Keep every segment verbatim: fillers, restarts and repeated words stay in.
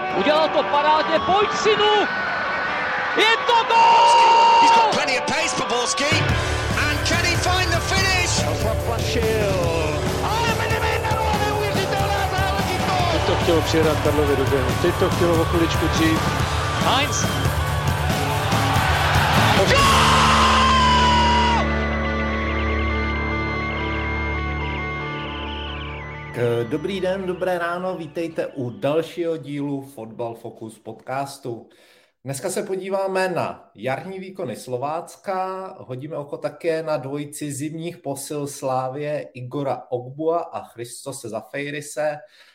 Udělal to parádně, pojď synu! Je to gól! He's got plenty of pace for Borski. And can he find the finish? Ale Medemendaro, neuvěřitelná záležitost! Teď to chtělo přijedat Karlovi do běhu, teď to chtělo o chviličku dřív. Heinz! Dobrý den, dobré ráno, vítejte u dalšího dílu Fotbal Focus podcastu. Dneska se podíváme na jarní výkony Slovácka, hodíme oko také na dvojici zimních posil Slávie Igora Ogbua a Christose Zafeirise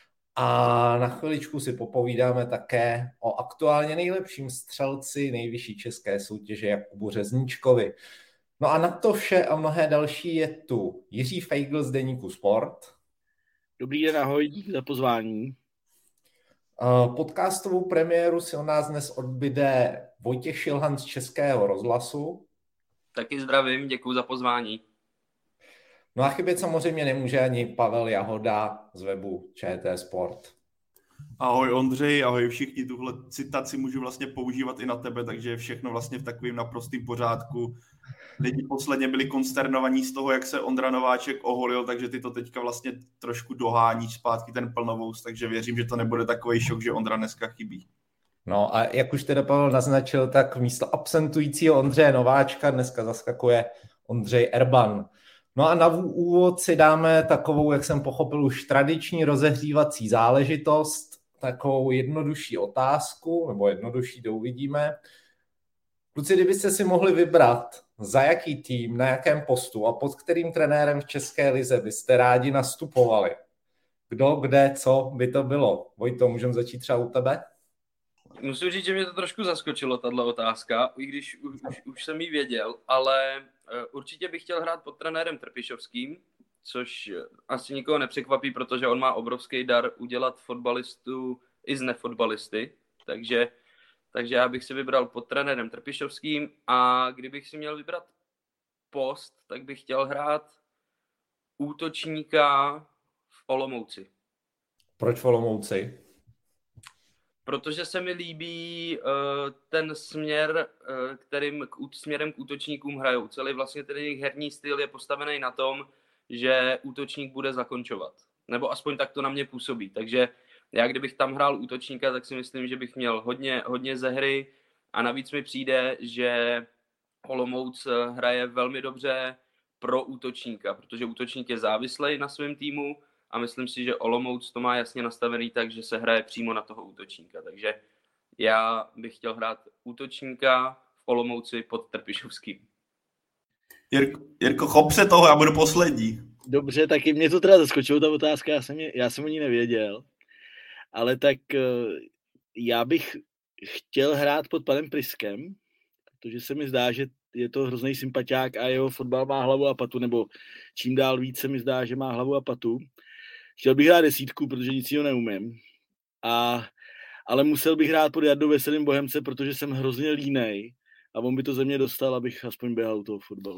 a na chviličku si popovídáme také o aktuálně nejlepším střelci nejvyšší české soutěže Jakubu Řezníčkovi. No a na to vše a mnohé další je tu Jiří Feigl z deníku Sport. Dobrý den, ahoj, díky za pozvání. Podcastovou premiéru si o nás dnes odbyde Vojtěch Šilhan z Českého rozhlasu. Taky zdravím, děkuji za pozvání. No a chybět samozřejmě nemůže ani Pavel Jahoda z webu ČT Sport. Ahoj Ondřej, ahoj všichni, tuhle citaci můžu vlastně používat i na tebe, takže je všechno vlastně v takovým naprostým pořádku. Lidi posledně byli konsternovaní z toho, jak se Ondra Nováček oholil, takže ty to teďka vlastně trošku doháníš zpátky ten plnovous, takže věřím, že to nebude takový šok, že Ondra dneska chybí. No a jak už teda Pavel naznačil, tak místo absentujícího Ondřeje Nováčka dneska zaskakuje Ondřej Erban. No a na úvod si dáme takovou, jak jsem pochopil, už tradiční rozehřívací záležitost, takovou jednodušší otázku, nebo jednodušší, to uvidíme. Kluci, kdybyste si mohli vybrat, za jaký tým, na jakém postu a pod kterým trenérem v České lize byste rádi nastupovali? Kdo, kde, co by to bylo? Vojto, můžeme začít třeba u tebe? Musím říct, že mě to trošku zaskočilo, tato otázka, i když už, už, už jsem ji věděl, ale určitě bych chtěl hrát pod trenérem Trpišovským, což asi nikoho nepřekvapí, protože on má obrovský dar udělat fotbalistu i z nefotbalisty, takže, takže já bych si vybral pod trenérem Trpišovským a kdybych si měl vybrat post, tak bych chtěl hrát útočníka v Olomouci. Proč v Olomouci? Protože se mi líbí uh, ten směr, uh, kterým k, směrem k útočníkům hrajou. Celý vlastně ten jejich herní styl je postavený na tom, že útočník bude zakončovat. Nebo aspoň tak to na mě působí. Takže já kdybych tam hrál útočníka, tak si myslím, že bych měl hodně, hodně ze hry a navíc mi přijde, že Olomouc hraje velmi dobře pro útočníka, protože útočník je závislý na svém týmu a myslím si, že Olomouc to má jasně nastavený tak, že se hraje přímo na toho útočníka. Takže já bych chtěl hrát útočníka v Olomouci pod Trpišovským. Jirko, Jirko chop se toho, já budu poslední. Dobře, taky mě to teda zaskočilo, ta otázka, já jsem, já jsem o ní nevěděl. Ale tak já bych chtěl hrát pod panem Priskem, protože se mi zdá, že je to hrozný sympatiák a jeho fotbal má hlavu a patu, nebo čím dál víc se mi zdá, že má hlavu a patu. Chtěl bych hrát desítku, protože nic jiného neumím. A, ale musel bych hrát pod Jardou Veselým Bohemce, protože jsem hrozně línej a on by to ze mě dostal, abych aspoň běhal u toho fotbalu.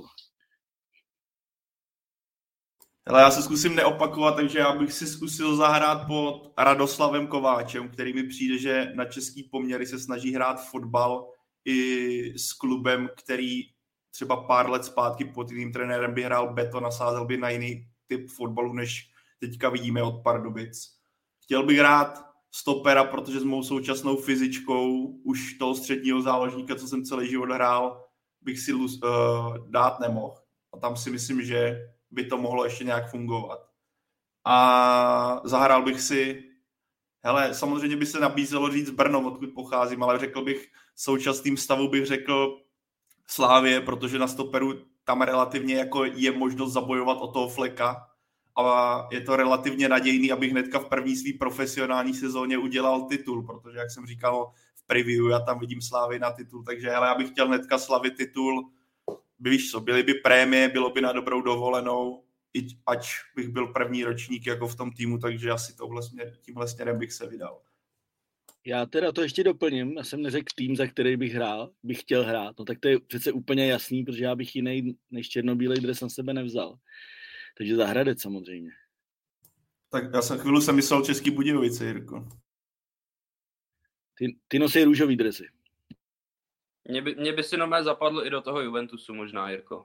Hele, já se zkusím neopakovat, takže já bych si zkusil zahrát pod Radoslavem Kováčem, který mi přijde, že na český poměry se snaží hrát fotbal i s klubem, který třeba pár let zpátky pod jiným trenérem by hrál beton a sázel by na jiný typ fotbalu, než teďka vidíme od Pardubic. Chtěl bych hrát stopera, protože s mou současnou fyzičkou už toho středního záložníka, co jsem celý život hrál, bych si uh, dát nemohl. A tam si myslím, že by to mohlo ještě nějak fungovat. A zahrál bych si, hele, samozřejmě by se nabízelo říct Brno, odkud pocházím, ale řekl bych, v současným stavu bych řekl Slávie, protože na stoperu tam relativně jako je možnost zabojovat o toho Fleka a je to relativně nadějný, abych hnedka v první svý profesionální sezóně udělal titul, protože jak jsem říkal v preview, já tam vidím Slávy na titul, takže hele, já bych chtěl hnedka slavit titul. Víš co, byly by prémie, bylo by na dobrou dovolenou, i ať bych byl první ročník jako v tom týmu, takže asi touhle směr, tímhle směrem bych se vydal. Já teda to ještě doplním, já jsem neřekl tým, za který bych hrál, bych chtěl hrát, no tak to je přece úplně jasný, protože já bych jiný než černobílej dres na sebe nevzal. Takže za Hradec samozřejmě. Tak já jsem chvíli jsem myslel Český Budějovice, Jirko. Ty, ty nosí růžový dresy. Mě by, mě by si nomé zapadlo i do toho Juventusu možná, Jirko.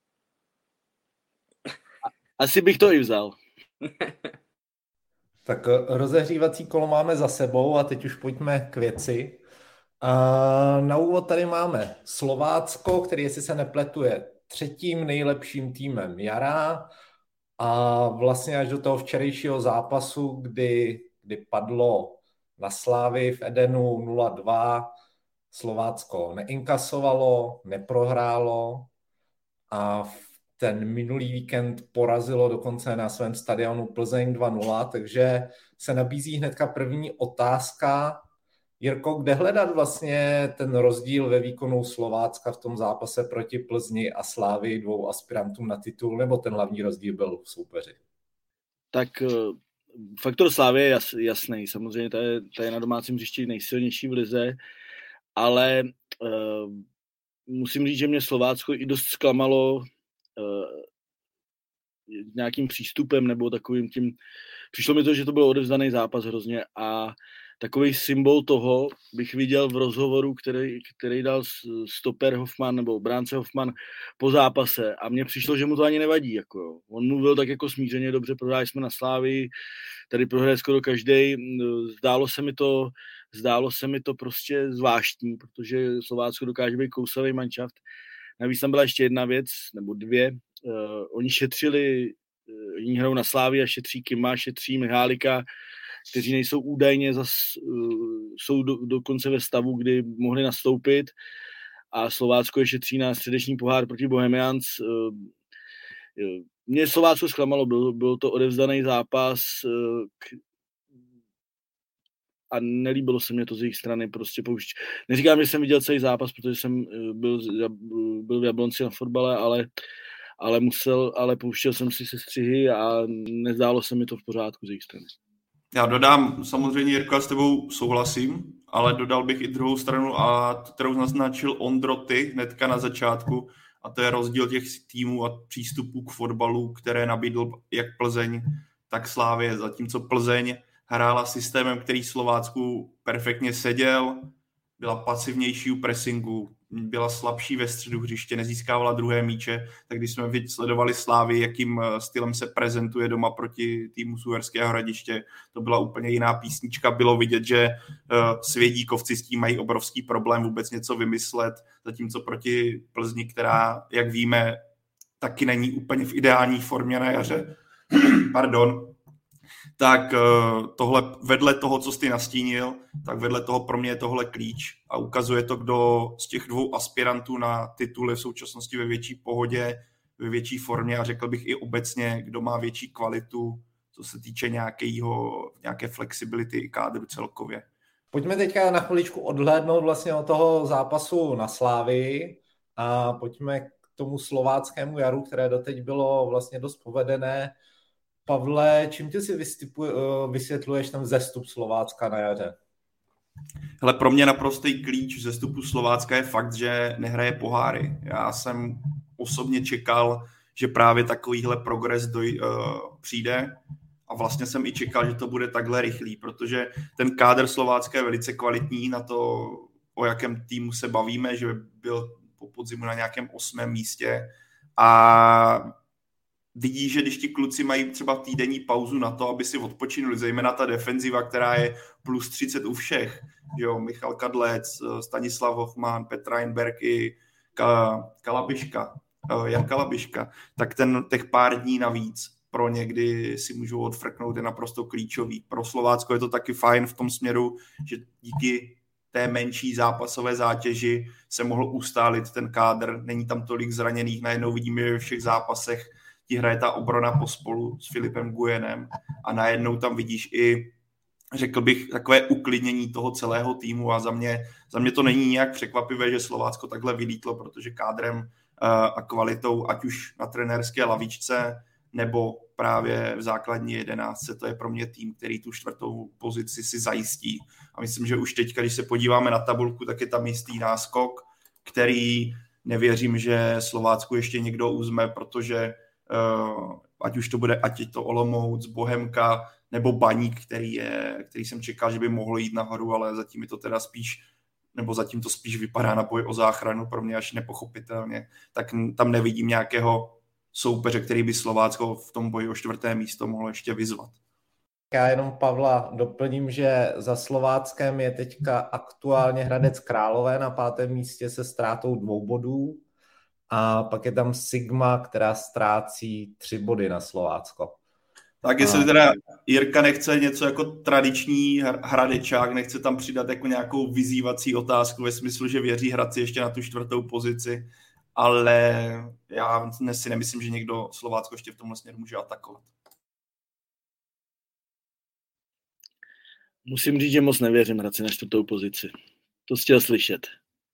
Asi bych to i vzal. Tak rozehřívací kolo máme za sebou a teď už pojďme k věci. Na úvod tady máme Slovácko, který, jestli se nepletu, je třetím nejlepším týmem jara a vlastně až do toho včerejšího zápasu, kdy, kdy padlo na Slávii v Edenu nula dva, Slovácko neinkasovalo, neprohrálo a ten minulý víkend porazilo dokonce na svém stadionu Plzeň dva nula, takže se nabízí hnedka první otázka. Jirko, kde hledat vlastně ten rozdíl ve výkonu Slovácka v tom zápase proti Plzni a Slávii, dvou aspirantům na titul, nebo ten hlavní rozdíl byl v soupeři? Tak faktor Slávie je jas, jasný. Samozřejmě to je, to je na domácím hřišti nejsilnější v lize, ale uh, musím říct, že mě Slovácko i dost zklamalo uh, nějakým přístupem nebo takovým tím. Přišlo mi to, že to byl odevzdaný zápas hrozně a takový symbol toho bych viděl v rozhovoru, který, který dal stoper Hoffman nebo bránce Hoffman po zápase a mně přišlo, že mu to ani nevadí. Jako jo. On mluvil tak jako smířeně, dobře, prohráli jsme na Slávii, tady prohraje skoro každej. Zdálo se mi to, zdálo se mi to prostě zvláštní, protože Slovácko dokáže být kousavý manšaft. Navíc tam byla ještě jedna věc, nebo dvě. Uh, oni šetřili, uh, oni hrajou na Slávii a šetří Kima, šetří Mihálika, kteří nejsou údajně, zas, uh, jsou do, dokonce ve stavu, kdy mohli nastoupit a Slovácko je šetří na středeční pohár proti Bohemians. Uh, uh, mě Slovácko zklamalo, byl, byl to odevzdaný zápas uh, k, a nelíbilo se mě to z jejich strany. Prostě poušť. Neříkám, že jsem viděl celý zápas, protože jsem uh, byl, byl v Jablonci na fotbale, ale ale musel, ale pouštěl jsem si se střihy a nezdálo se mi to v pořádku z jejich strany. Já dodám, samozřejmě Jirko, já s tebou souhlasím, ale dodal bych i druhou stranu, a kterou naznačil Ondro ty hnedka na začátku, a to je rozdíl těch týmů a přístupů k fotbalu, které nabídl jak Plzeň, tak Slávie, zatímco Plzeň hrála systémem, který Slovácku perfektně seděl, byla pasivnější u pressingu, byla slabší ve středu hřiště, nezískávala druhé míče, tak když jsme sledovali Slávy, jakým stylem se prezentuje doma proti týmu z Uherského Hradiště, to byla úplně jiná písnička, bylo vidět, že uh, Svědíkovci s tím mají obrovský problém vůbec něco vymyslet, zatímco proti Plzni, která, jak víme, taky není úplně v ideální formě na jaře, pardon, tak tohle vedle toho, co jsi nastínil, tak vedle toho pro mě je tohle klíč a ukazuje to, kdo z těch dvou aspirantů na tituly v současnosti ve větší pohodě, ve větší formě a řekl bych i obecně, kdo má větší kvalitu, co se týče nějakého, nějaké flexibility i kádru celkově. Pojďme teďka na chviličku odhlédnout vlastně od toho zápasu na Slávii a pojďme k tomu slováckému jaru, které doteď bylo vlastně dost povedené. Pavle, čím ty si vysvětluješ ten vzestup Slovácka na jaře? Hele, pro mě naprostý klíč vzestupu Slovácka je fakt, že nehraje poháry. Já jsem osobně čekal, že právě takovýhle progres doj, uh, přijde a vlastně jsem i čekal, že to bude takhle rychlý, protože ten kádr Slovácka je velice kvalitní na to, o jakém týmu se bavíme, že byl po podzimu na nějakém osmém místě a vidí, že když ti kluci mají třeba týdenní pauzu na to, aby si odpočinuli, zejména ta defenziva, která je plus třicet u všech, jo, Michal Kadlec, Stanislav Hoffman, Petr Reinberg i Kalabiška, Jan Kalabiška, tak ten těch pár dní navíc pro ně, kdy si můžou odfrknout, je naprosto klíčový. Pro Slovácko je to taky fajn v tom směru, že díky té menší zápasové zátěži se mohl ustálit ten kádr, není tam tolik zraněných, najednou vidíme, že ve všech zápasech ti hraje ta obrana pospolu s Filipem Gujenem a najednou tam vidíš i, řekl bych, takové uklidnění toho celého týmu a za mě, za mě to není nějak překvapivé, že Slovácko takhle vylítlo, protože kádrem uh, a kvalitou, ať už na trenérské lavičce nebo právě v základní jedenáctce, to je pro mě tým, který tu čtvrtou pozici si zajistí. A myslím, že už teď, když se podíváme na tabulku, tak je tam jistý náskok, který nevěřím, že Slovácku ještě někdo uzme, protože ať už to bude, ať je to Olomouc, Bohemka nebo Baník, který, je, který jsem čekal, že by mohl jít nahoru, ale zatím je to teda spíš, nebo zatím to spíš vypadá na boj o záchranu, pro mě až nepochopitelně, tak tam nevidím nějakého soupeře, který by Slovácko v tom boji o čtvrté místo mohl ještě vyzvat. Já jenom Pavla doplním, že za Slováckem je teďka aktuálně Hradec Králové na pátém místě se ztrátou dvou bodů a pak je tam Sigma, která ztrácí tři body na Slovácko. Tak jestli teda Jirka nechce něco jako tradiční Hradečák, nechce tam přidat jako nějakou vyzývací otázku ve smyslu, že věří Hradci ještě na tu čtvrtou pozici, ale já si nemyslím, že někdo Slovácko ještě v tomhle směru může atakovat. Musím říct, že moc nevěřím Hradci na čtvrtou pozici. To jsi chtěl slyšet.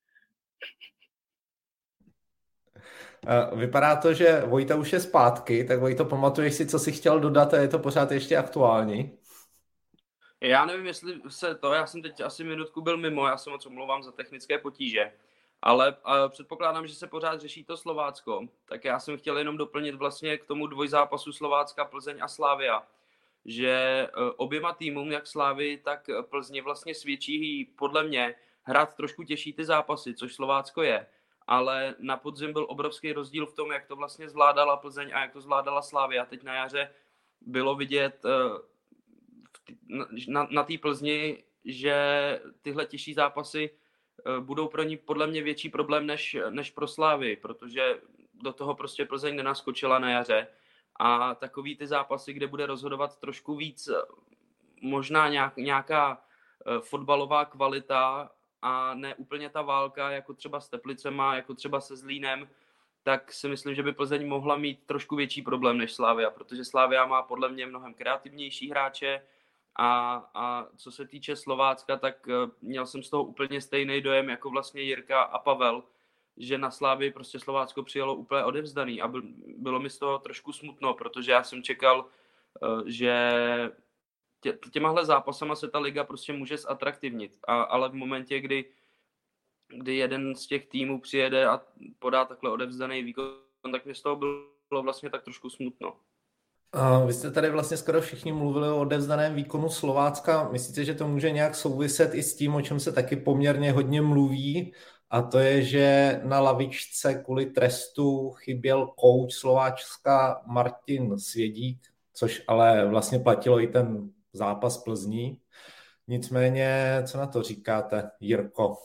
Vypadá to, že Vojta už je zpátky, tak Vojto, pamatuješ si, co jsi chtěl dodat a je to pořád ještě aktuální? Já nevím, jestli se to, já jsem teď asi minutku byl mimo, já se moc omlouvám za technické potíže, ale předpokládám, že se pořád řeší to Slovácko, tak já jsem chtěl jenom doplnit vlastně k tomu dvojzápasu Slovácka, Plzeň a Slavia, že oběma týmům, jak Slavii, tak Plzni vlastně svědčí podle mě hrát trošku těžší ty zápasy, což Slovácko je. Ale na podzim byl obrovský rozdíl v tom, jak to vlastně zvládala Plzeň a jak to zvládala Slavia. Teď na jaře bylo vidět na, na té Plzni, že tyhle těžší zápasy budou pro ní podle mě větší problém než, než pro Slavii, protože do toho prostě Plzeň nenaskočila na jaře a takový ty zápasy, kde bude rozhodovat trošku víc možná nějak, nějaká fotbalová kvalita a ne úplně ta válka, jako třeba s Teplicema, jako třeba se Zlínem, tak si myslím, že by Plzeň mohla mít trošku větší problém než Slavia, protože Slavia má podle mě mnohem kreativnější hráče a, a co se týče Slovácka, tak měl jsem z toho úplně stejný dojem jako vlastně Jirka a Pavel, že na Slavii prostě Slovácko přijelo úplně odevzdaný a bylo mi z toho trošku smutno, protože já jsem čekal, že Tě, těmahle zápasama se ta liga prostě může zatraktivnit, a, ale v momentě, kdy, kdy jeden z těch týmů přijede a podá takhle odevzdaný výkon, tak mě z toho bylo vlastně tak trošku smutno. A vy jste tady vlastně skoro všichni mluvili o odevzdaném výkonu Slovácka. Myslíte, že to může nějak souviset i s tím, o čem se taky poměrně hodně mluví, a to je, že na lavičce kvůli trestu chyběl kouč Slovácka Martin Svědík, což ale vlastně platilo i ten zápas Plzní. Nicméně, co na to říkáte, Jirko?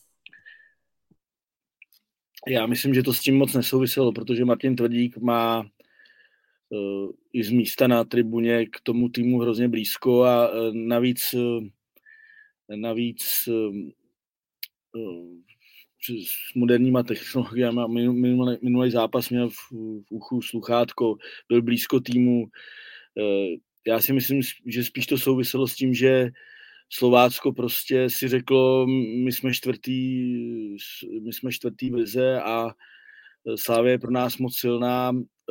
Já myslím, že to s tím moc nesouviselo, protože Martin Tvrdík má uh, i z místa na tribuně k tomu týmu hrozně blízko a uh, navíc, uh, navíc uh, uh, s moderníma technologiemi minulý, minulý zápas měl v, v uchu sluchátko, byl blízko týmu. Uh, Já si myslím, že spíš to souviselo s tím, že Slovácko prostě si řeklo, my jsme čtvrtý, my jsme čtvrtý v lize a Slavia je pro nás moc silná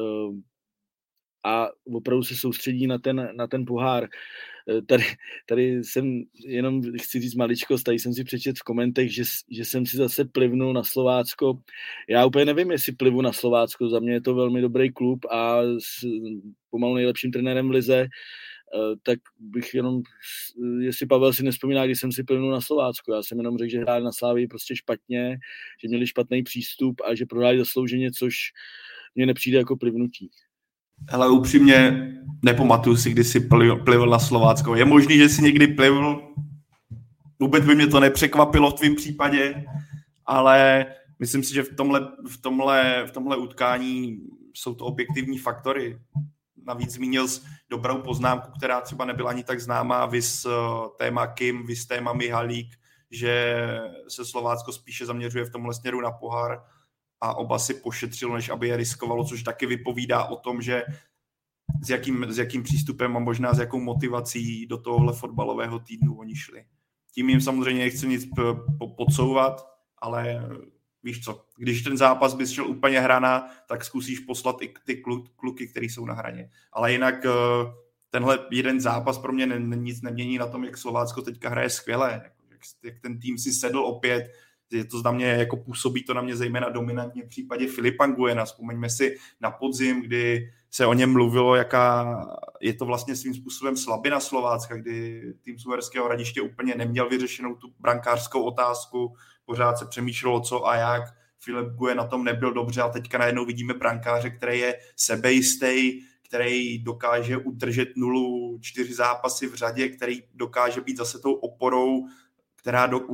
a opravdu se soustředí na ten, na ten pohár. Tady, tady jsem jenom chci říct maličkost, tady jsem si přečet v komentech, že, že jsem si zase plivnul na Slovácko. Já úplně nevím, jestli plivu na Slovácko, za mě je to velmi dobrý klub a s pomalu nejlepším trenérem v lize, tak bych jenom, jestli Pavel si nevzpomíná, když jsem si plivnul na Slovácko. Já jsem jenom řekl, že hráli na Slavii prostě špatně, že měli špatný přístup a že prohráli zaslouženě, což mně nepřijde jako plivnutí. Hele, upřímně nepamatuju si, kdy jsi plivl na Slovácko. Je možný, že jsi někdy plivl, vůbec by mě to nepřekvapilo v tvém případě, ale myslím si, že v tomhle, v tomhle, v tomhle utkání jsou to objektivní faktory. Navíc zmínil jsi dobrou poznámku, která třeba nebyla ani tak známá, vys téma Kim, vys téma Mihalík, že se Slovácko spíše zaměřuje v tomhle směru na pohár a oba si pošetřilo, než aby je riskovalo, což taky vypovídá o tom, že s jakým, s jakým přístupem a možná s jakou motivací do tohohle fotbalového týdnu oni šli. Tím jim samozřejmě nechci nic podsouvat, ale víš co, když ten zápas bys šel úplně hrana, tak zkusíš poslat i ty kluky, který jsou na hraně. Ale jinak tenhle jeden zápas pro mě nic nemění na tom, jak Slovácko teďka hraje skvěle, jak ten tým si sedl opět, je to na mě, jako působí to na mě zejména dominantně v případě Filipa Nguyena. Vzpomeňme si na podzim, kdy se o něm mluvilo, jaká je to vlastně svým způsobem slabina Slovácka, kdy tým z Uherského Hradiště úplně neměl vyřešenou tu brankářskou otázku, pořád se přemýšlelo co a jak, Filip Nguyen na tom nebyl dobře a teďka najednou vidíme brankáře, který je sebejistý, který dokáže udržet nulu čtyři zápasy v řadě, který dokáže být zase tou oporou, která, do,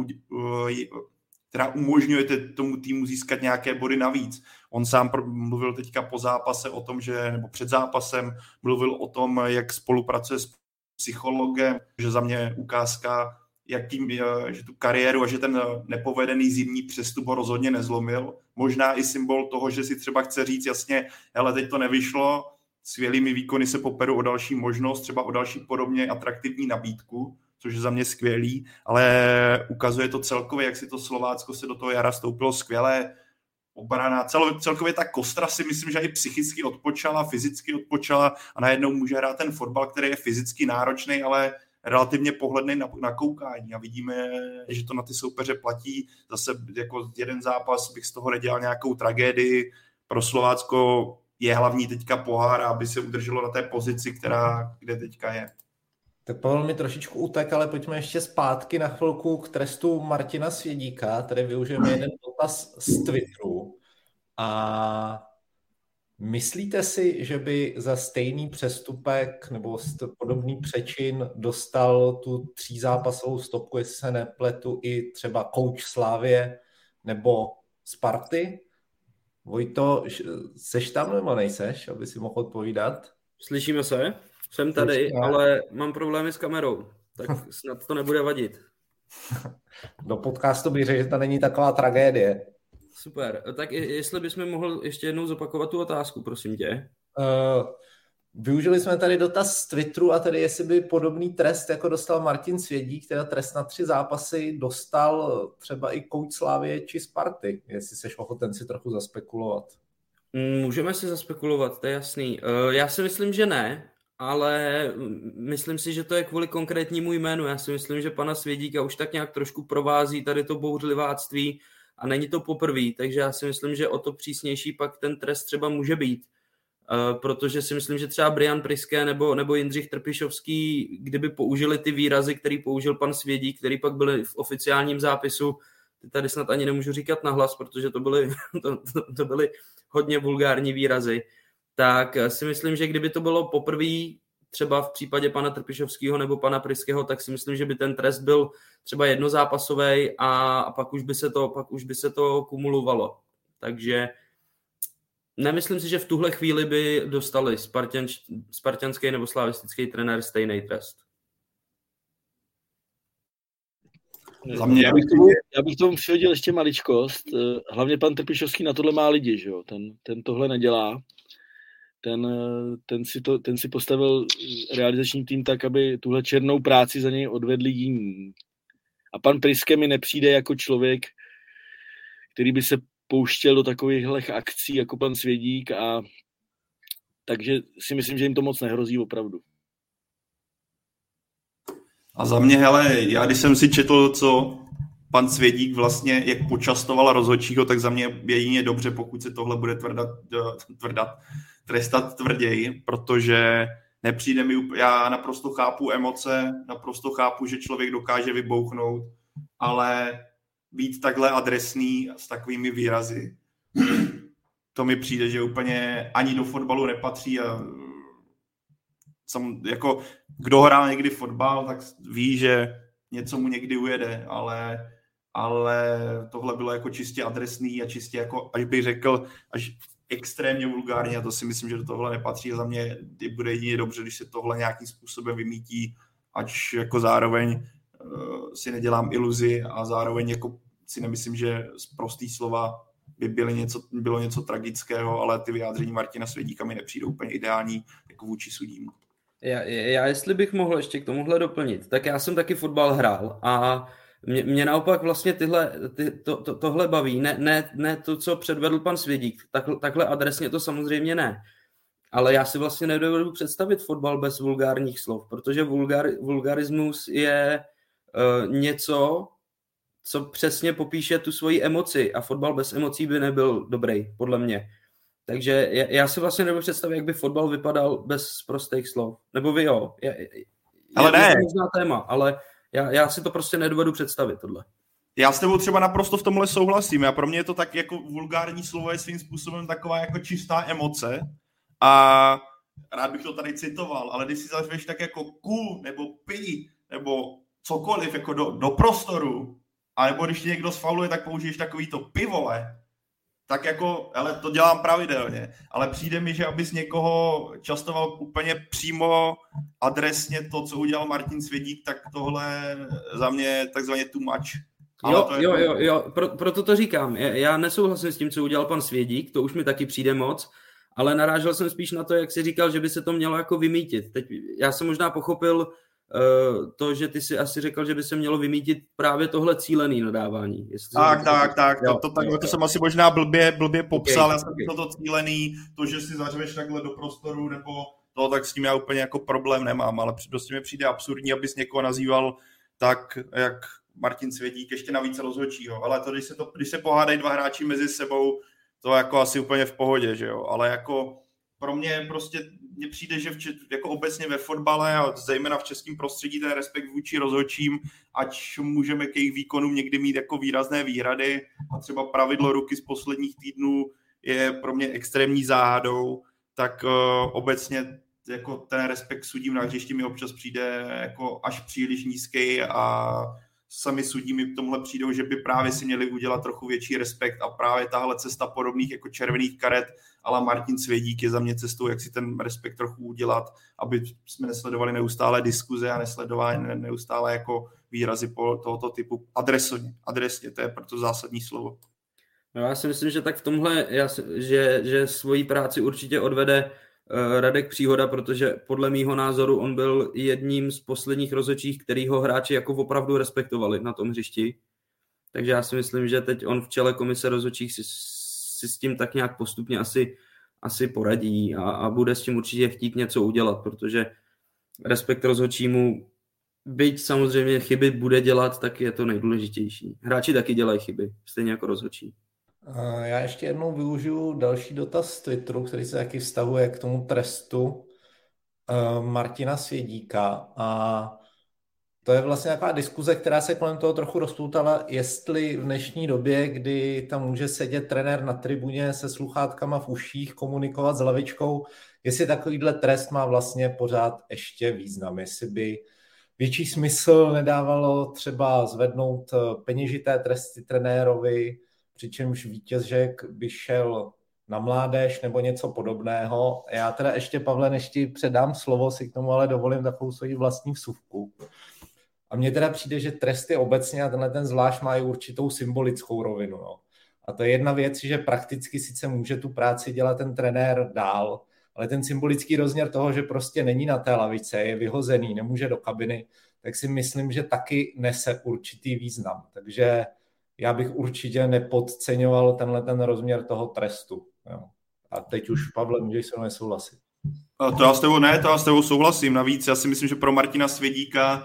která umožňuje tomu týmu získat nějaké body navíc. On sám mluvil teďka po zápase o tom, že, nebo před zápasem mluvil o tom, jak spolupracuje s psychologem, že za mě ukázka, jakým, že tu kariéru a že ten nepovedený zimní přestup ho rozhodně nezlomil. Možná i symbol toho, že si třeba chce říct jasně, hele, teď to nevyšlo, skvělými výkony se poperu o další možnost, třeba o další podobně atraktivní nabídku, což je za mě skvělý, ale ukazuje to celkově, jak si to Slovácko se do toho jara stoupilo skvěle. Obrana, cel, celkově ta kostra si myslím, že i psychicky odpočala, fyzicky odpočala a najednou může hrát ten fotbal, který je fyzicky náročný, ale relativně pohledný na, na koukání a vidíme, že to na ty soupeře platí. Zase jako jeden zápas bych z toho nedělal nějakou tragédii. Pro Slovácko je hlavní teďka pohár, aby se udrželo na té pozici, která kde teďka je. Tak Pavel mi trošičku utek, ale pojďme ještě zpátky na chvilku k trestu Martina Svědíka. Tady využijeme jeden dotaz z Twitteru. A myslíte si, že by za stejný přestupek nebo podobný přečin dostal tu třízápasovou stopku, jestli se nepletu, i třeba kouč Slávie nebo Sparty? Vojto, seš tam nebo nejseš, aby si mohl odpovídat? Slyšíme se? Jsem tady, Slyšíme. Ale mám problémy s kamerou, tak snad to nebude vadit. Do podcastu bych řekl, že to není taková tragédie. Super, tak jestli bys mi mohl ještě jednou zopakovat tu otázku, prosím tě. Uh, využili jsme tady dotaz z Twitteru a tady jestli by podobný trest, jako dostal Martin Svědík, teda trest na tři zápasy, dostal třeba i kouč Slávie či Sparty, jestli seš ochoten si trochu zaspekulovat. Můžeme si zaspekulovat, to je jasný. Uh, já si myslím, že ne, ale myslím si, že to je kvůli konkrétnímu jménu. Já si myslím, že pana Svědíka už tak nějak trošku provází tady to bouřliváctví a není to poprvé, takže já si myslím, že o to přísnější pak ten trest třeba může být. Uh, protože si myslím, že třeba Brian Priske nebo, nebo Jindřich Trpišovský, kdyby použili ty výrazy, který použil pan Svědík, který pak byly v oficiálním zápisu, ty tady snad ani nemůžu říkat nahlas, protože to byly, to, to, to byly hodně vulgární výrazy, tak si myslím, že kdyby to bylo poprvé třeba v případě pana Trpišovského nebo pana Priskeho, tak si myslím, že by ten trest byl třeba jednozápasový a, a pak už by se to, pak už by se to kumulovalo. Takže nemyslím si, že v tuhle chvíli by dostali Spartan, spartanský nebo slavistický trenér stejný trest. Za mě, já, bych tomu, já bych tomu přihodil ještě maličkost. Hlavně pan Trpišovský na tohle má lidi, že jo? Ten, ten tohle nedělá. Ten, ten, si to, ten si postavil realizační tým tak, aby tuhle černou práci za něj odvedli jiní. A pan Priske mi nepřijde jako člověk, který by se pouštěl do takovýchhle akcí jako pan Svědík, a takže si myslím, že jim to moc nehrozí opravdu. A za mě, hele, já když jsem si četl, co pan Svědík vlastně, jak počastoval rozhodčího, tak za mě je jedině dobře, pokud se tohle bude tvrdat, tvrdat, trestat tvrději, protože nepřijde mi, já naprosto chápu emoce, naprosto chápu, že člověk dokáže vybouchnout, ale být takhle adresný s takovými výrazy, to mi přijde, že úplně ani do fotbalu nepatří a sam, jako kdo hrál někdy fotbal, tak ví, že něco mu někdy ujede, ale, ale tohle bylo jako čistě adresný a čistě jako, až bych řekl, až extrémně vulgárně, a to si myslím, že do tohle nepatří. Za mě bude jedině dobře, když se tohle nějakým způsobem vymítí, ač jako zároveň uh, si nedělám iluzi a zároveň jako si nemyslím, že z prostý slova by byly něco, bylo něco tragického, ale ty vyjádření Martina Svědíka mi nepřijdou úplně ideální jako vůči sudím. Já, já jestli bych mohl ještě k tomuhle doplnit, tak já jsem taky fotbal hrál a mě, mě naopak vlastně tyhle, ty, to, to, tohle baví, ne, ne, ne to, co předvedl pan Svědík, tak, takhle adresně to samozřejmě ne, ale já si vlastně nedovedu představit fotbal bez vulgárních slov, protože vulgar, vulgarismus je uh, něco, co přesně popíše tu svoji emoci a fotbal bez emocí by nebyl dobrý, podle mě. Takže já, já si vlastně nebudu představit, jak by fotbal vypadal bez prostých slov. Nebo vy jo. Já, ale ne. Je to možná téma, ale já, já si to prostě nedovedu představit, tohle. Já s tebou třeba naprosto v tomhle souhlasím. A pro mě je to tak jako vulgární slovo, je svým způsobem taková jako čistá emoce. A rád bych to tady citoval, ale když si zařveš tak jako ku, nebo pi, nebo cokoliv jako do, do prostoru, a nebo když tě někdo sfauluje, tak použiješ takový to pivole, tak jako, ale to dělám pravidelně, ale přijde mi, že abys někoho častoval úplně přímo adresně to, co udělal Martin Svědík, tak tohle za mě je takzvaně too much. Ale jo, to je jo, to... jo, jo, Pro, proto to říkám. Já nesouhlasím s tím, co udělal pan Svědík, to už mi taky přijde moc, ale narážel jsem spíš na to, jak jsi říkal, že by se to mělo jako vymítit. Teď já jsem možná pochopil uh, to, že ty si asi řekl, že by se mělo vymítit právě tohle cílený nadávání. Tak, tak, tak. Jo, to, to, tak jo, to jo. jsem asi možná blbě, blbě popsal. Okay, já jsem okay. to cílený, to, že si zařveš takhle do prostoru, nebo to, tak s tím já úplně jako problém nemám, ale dosti mi přijde absurdní, abys někoho nazýval tak, jak Martin Svědík, ještě navíc rozhodčího. Ale to, když se, to, když se pohádají dva hráči mezi sebou, to jako asi úplně v pohodě, že jo. Ale jako pro mě prostě mně přijde, že v, jako obecně ve fotbale a zejména v českém prostředí ten respekt vůči rozhodčím, ať můžeme k jejich výkonům někdy mít jako výrazné výhrady a třeba pravidlo ruky z posledních týdnů je pro mě extrémní záhadou, tak uh, obecně jako ten respekt sudím na hřišti mi občas přijde jako až příliš nízký a sami sudí mi v tomhle přijdou, že by právě si měli udělat trochu větší respekt a právě tahle cesta podobných jako červených karet ale Martin Svědík je za mě cestou, jak si ten respekt trochu udělat, aby jsme nesledovali neustále diskuze a nesledovali neustále jako výrazy po tohoto typu adresně, adresně, to je proto zásadní slovo. No já si myslím, že tak v tomhle, já si, že, že svoji práci určitě odvede uh, Radek Příhoda, protože podle mýho názoru on byl jedním z posledních rozhodčích, kterýho hráči jako opravdu respektovali na tom hřišti. Takže já si myslím, že teď on v čele komise rozhodčích si, si s tím tak nějak postupně asi, asi poradí a, a bude s tím určitě chtít něco udělat, protože respekt rozhodčímu, byť samozřejmě chyby bude dělat, tak je to nejdůležitější. Hráči taky dělají chyby, stejně jako rozhodčí. Já ještě jednou využiju další dotaz z Twitteru, který se taky vztahuje k tomu trestu Martina Svědíka. A to je vlastně taková diskuze, která se kolem toho trochu rozpoutala, jestli v dnešní době, kdy tam může sedět trenér na tribuně se sluchátkama v uších, komunikovat s lavičkou, jestli takovýhle trest má vlastně pořád ještě význam, jestli by větší smysl nedávalo třeba zvednout peněžité tresty trenérovi, přičemž vítězek by šel na mládež nebo něco podobného. Já teda ještě, Pavle, než ti předám slovo, si k tomu ale dovolím takovou svoji vlastní vsuvku. A mně teda přijde, že tresty obecně a tenhle ten zvlášť mají určitou symbolickou rovinu. No. A to je jedna věc, že prakticky sice může tu práci dělat ten trenér dál, ale ten symbolický rozměr toho, že prostě není na té lavice, je vyhozený, nemůže do kabiny, tak si myslím, že taky nese určitý význam. Takže já bych určitě nepodceňoval tenhle ten rozměr toho trestu. Jo. A teď už, Pavle, můžeš se mnou souhlasit. To já s tebou ne, to já s tebou souhlasím. Navíc já si myslím, že pro Martina Svědíka,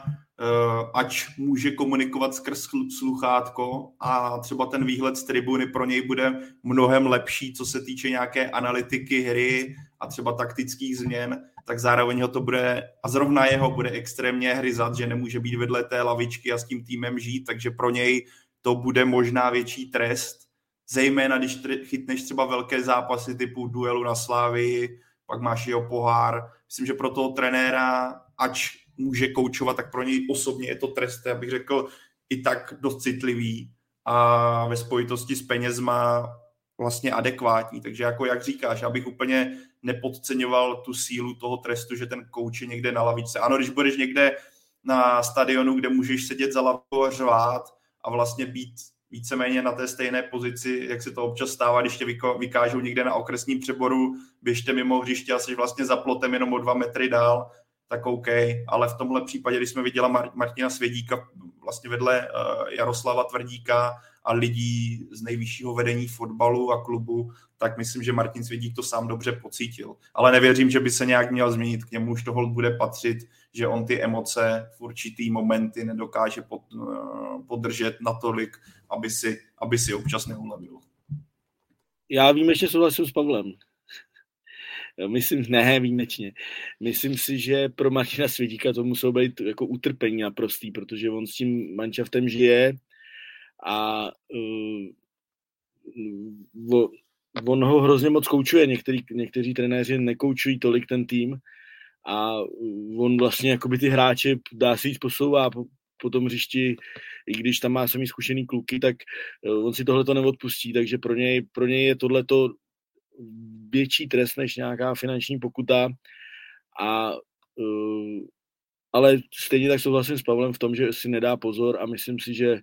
ať může komunikovat skrz sluchátko a třeba ten výhled z tribuny pro něj bude mnohem lepší, co se týče nějaké analytiky hry a třeba taktických změn, tak zároveň ho to bude, a zrovna jeho bude extrémně hryzat, že nemůže být vedle té lavičky a s tím týmem žít, takže pro něj to bude možná větší trest, zejména když chytneš třeba velké zápasy typu duelu na Slávii, pak máš jeho pohár. Myslím, že pro toho trenéra, ač může koučovat, tak pro něj osobně je to trest, já bych řekl, i tak dost citlivý a ve spojitosti s penězma vlastně adekvátní. Takže jako jak říkáš, já bych úplně nepodceňoval tu sílu toho trestu, že ten kouč je někde na lavičce. Ano, když budeš někde na stadionu, kde můžeš sedět za lavou a řvát a vlastně být víceméně na té stejné pozici, jak se to občas stává, když tě vykážou někde na okresním přeboru, běžte mimo hřiště a jsi vlastně za plotem jenom o dva metry dál, tak OK, ale v tomhle případě, když jsme viděla Martina Svědíka vlastně vedle Jaroslava Tvrdíka a lidí z nejvyššího vedení fotbalu a klubu, tak myslím, že Martin Svědík to sám dobře pocítil. Ale nevěřím, že by se nějak měl změnit, k němu už toho bude patřit, že on ty emoce v určitý momenty nedokáže pod, podržet natolik, aby si, aby si občas neulevil. Já výjimečně souhlasím s Pavlem. Myslím, ne, výjimečně. Myslím si, že pro Martina Svědíka to muselo být jako utrpení naprostý, protože on s tím manšaftem žije a uh, on ho hrozně moc koučuje. Některý, někteří trenéři nekoučují tolik ten tým a on vlastně jakoby ty hráče, dá se jít, posouvá po, po tom hřišti, i když tam má samý zkušený kluky, tak on si tohleto neodpustí, takže pro něj, pro něj je tohleto větší trest než nějaká finanční pokuta. A, uh, ale stejně tak souhlasím s Pavlem v tom, že si nedá pozor a myslím si, že uh,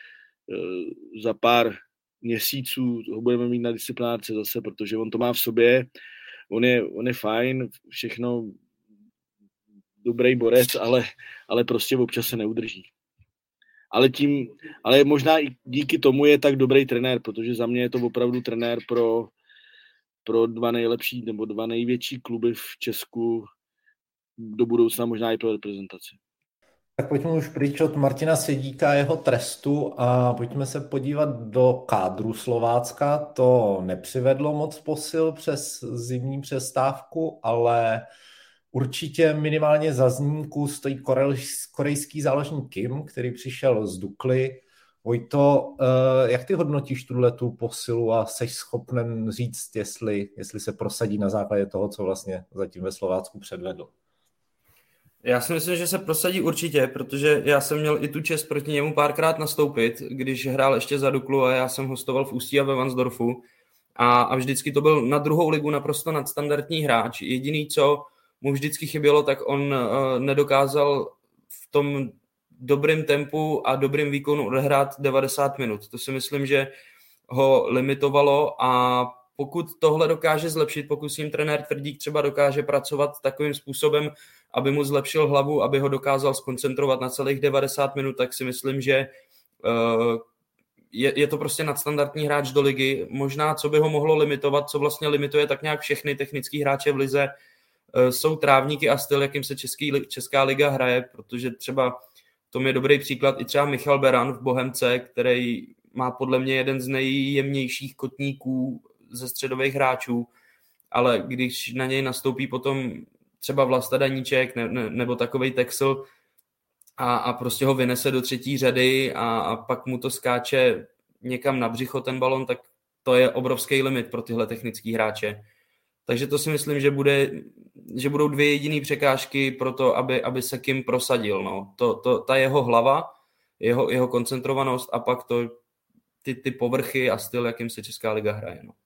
za pár měsíců ho budeme mít na disciplinárce zase, protože on to má v sobě, on je, on je fajn, všechno dobrý borec, ale, ale prostě občas se neudrží. Ale tím, ale možná i díky tomu je tak dobrý trenér, protože za mě je to opravdu trenér pro pro dva nejlepší nebo dva největší kluby v Česku do budoucna, možná i pro reprezentaci. Tak pojďme už pryč od Martina Svědíka a jeho trestu a pojďme se podívat do kádru Slovácka. To nepřivedlo moc posil přes zimní přestávku, ale určitě minimálně za zmínku stojí korejský záložník Kim, který přišel z Dukly. Vojto, jak ty hodnotíš tuhletu posilu a seš schopen říct, jestli, jestli se prosadí na základě toho, co vlastně zatím ve Slovácku předvedl? Já si myslím, že se prosadí určitě, protože já jsem měl i tu čest proti němu párkrát nastoupit, když hrál ještě za Duklu a já jsem hostoval v Ústí a ve Vansdorfu a, a vždycky to byl na druhou ligu naprosto nadstandardní hráč. Jediný, co mu vždycky chybělo, tak on uh, nedokázal v tom dobrým tempu a dobrým výkonu odehrát devadesát minut. To si myslím, že ho limitovalo a pokud tohle dokáže zlepšit, pokud s ním trenér Tvrdík třeba dokáže pracovat takovým způsobem, aby mu zlepšil hlavu, aby ho dokázal skoncentrovat na celých devadesát minut, tak si myslím, že uh, je, je to prostě nadstandardní hráč do ligy. Možná, co by ho mohlo limitovat, co vlastně limituje tak nějak všechny technický hráče v lize, uh, jsou trávníky a styl, jakým se český, Česká liga hraje, protože třeba to je dobrý příklad i třeba Michal Beran v Bohemce, který má podle mě jeden z nejjemnějších kotníků ze středových hráčů, ale když na něj nastoupí potom třeba Vlasta Daníček ne, ne, nebo takovej Texel a, a prostě ho vynese do třetí řady a, a pak mu to skáče někam na břicho ten balon, tak to je obrovský limit pro tyhle technický hráče. Takže to si myslím, že, bude, že budou dvě jediné překážky pro to, aby, aby se Kim prosadil. No. To, to, ta jeho hlava, jeho, jeho koncentrovanost a pak to, ty, ty povrchy a styl, jakým se Česká liga hraje. No.